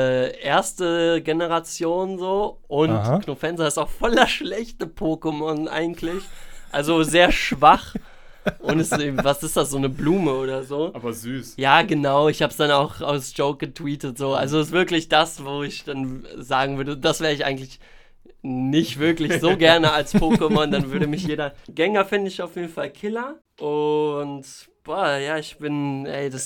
erste Generation so und Knofenser ist auch voller schlechte Pokémon eigentlich. Also sehr schwach. Und was ist das, so eine Blume oder so? Aber süß. Ja, genau. Ich habe es dann auch aus Joke getweetet. So. Also ist wirklich das, wo ich dann sagen würde, das wäre ich eigentlich nicht wirklich so gerne als Pokémon. Dann würde mich jeder... Gengar finde ich auf jeden Fall Killer. Und, ich bin,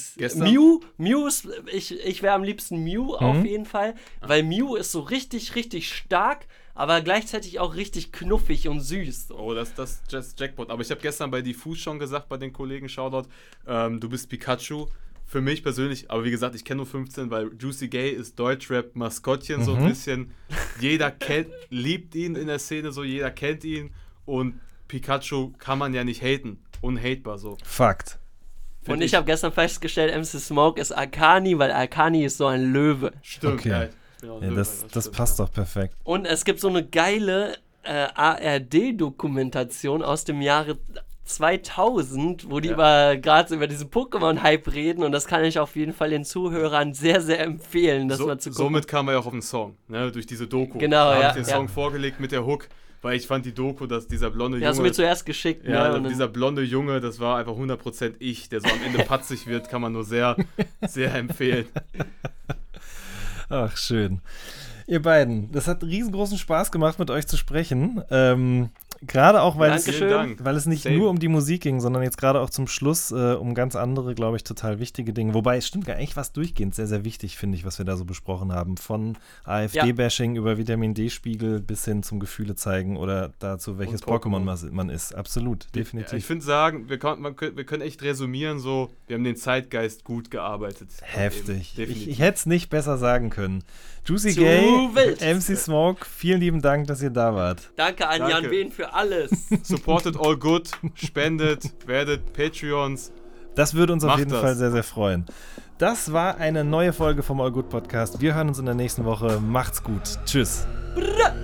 Mew ist, ich wäre am liebsten Mew auf jeden Fall, weil Mew ist so richtig, richtig stark, aber gleichzeitig auch richtig knuffig und süß. Oh, das ist Jackpot. Aber ich habe gestern bei Diffus schon gesagt, bei den Kollegen, Shoutout, du bist Pikachu. Für mich persönlich, aber wie gesagt, ich kenne nur 15, weil Juicy Gay ist Deutschrap-Maskottchen so ein bisschen. Jeder liebt ihn in der Szene, so jeder kennt ihn und Pikachu kann man ja nicht haten. Unhatebar so. Fakt. Und ich habe gestern festgestellt, MC Smoke ist Arcani, weil Arcani ist so ein Löwe. Stimmt, okay. Das passt doch perfekt. Und es gibt so eine geile ARD-Dokumentation aus dem Jahre 2000, wo die gerade über diesen Pokémon-Hype reden und das kann ich auf jeden Fall den Zuhörern sehr, sehr empfehlen, das mal zu gucken. Somit kam er ja auch auf den Song, ne, durch diese Doku. Genau, da habe ich den Song vorgelegt mit der Hook. Weil ich fand die Doku, dass dieser blonde Junge... Ja, hast du mir zuerst geschickt. Ja, ne? Dieser blonde Junge, das war einfach 100% ich, der so am Ende patzig wird, kann man nur sehr, sehr empfehlen. Ach, schön. Ihr beiden, das hat riesengroßen Spaß gemacht, mit euch zu sprechen. Gerade auch, weil Dankeschön. es nicht Same. nur um die Musik ging, sondern jetzt gerade auch zum Schluss um ganz andere, glaube ich, total wichtige Dinge. Wobei, es stimmt gar nicht, was durchgehend sehr, sehr wichtig, finde ich, was wir da so besprochen haben. Von AfD-Bashing über Vitamin-D-Spiegel bis hin zum Gefühle zeigen oder dazu, welches Und Pokémon man ist. Absolut, definitiv. Ja, ich finde sagen, wir können echt resümieren, so, wir haben den Zeitgeist gut gearbeitet. Heftig. Definitiv. Ich hätte es nicht besser sagen können. Juicy Zu Gay, wild. MC Smoke, vielen lieben Dank, dass ihr da wart. Danke an Danke. Jan Wehn für alles. Supportet All Good, spendet, werdet Patreons. Das würde uns auf Macht jeden das. Fall sehr, sehr freuen. Das war eine neue Folge vom All Good Podcast. Wir hören uns in der nächsten Woche. Macht's gut. Tschüss. Brrr.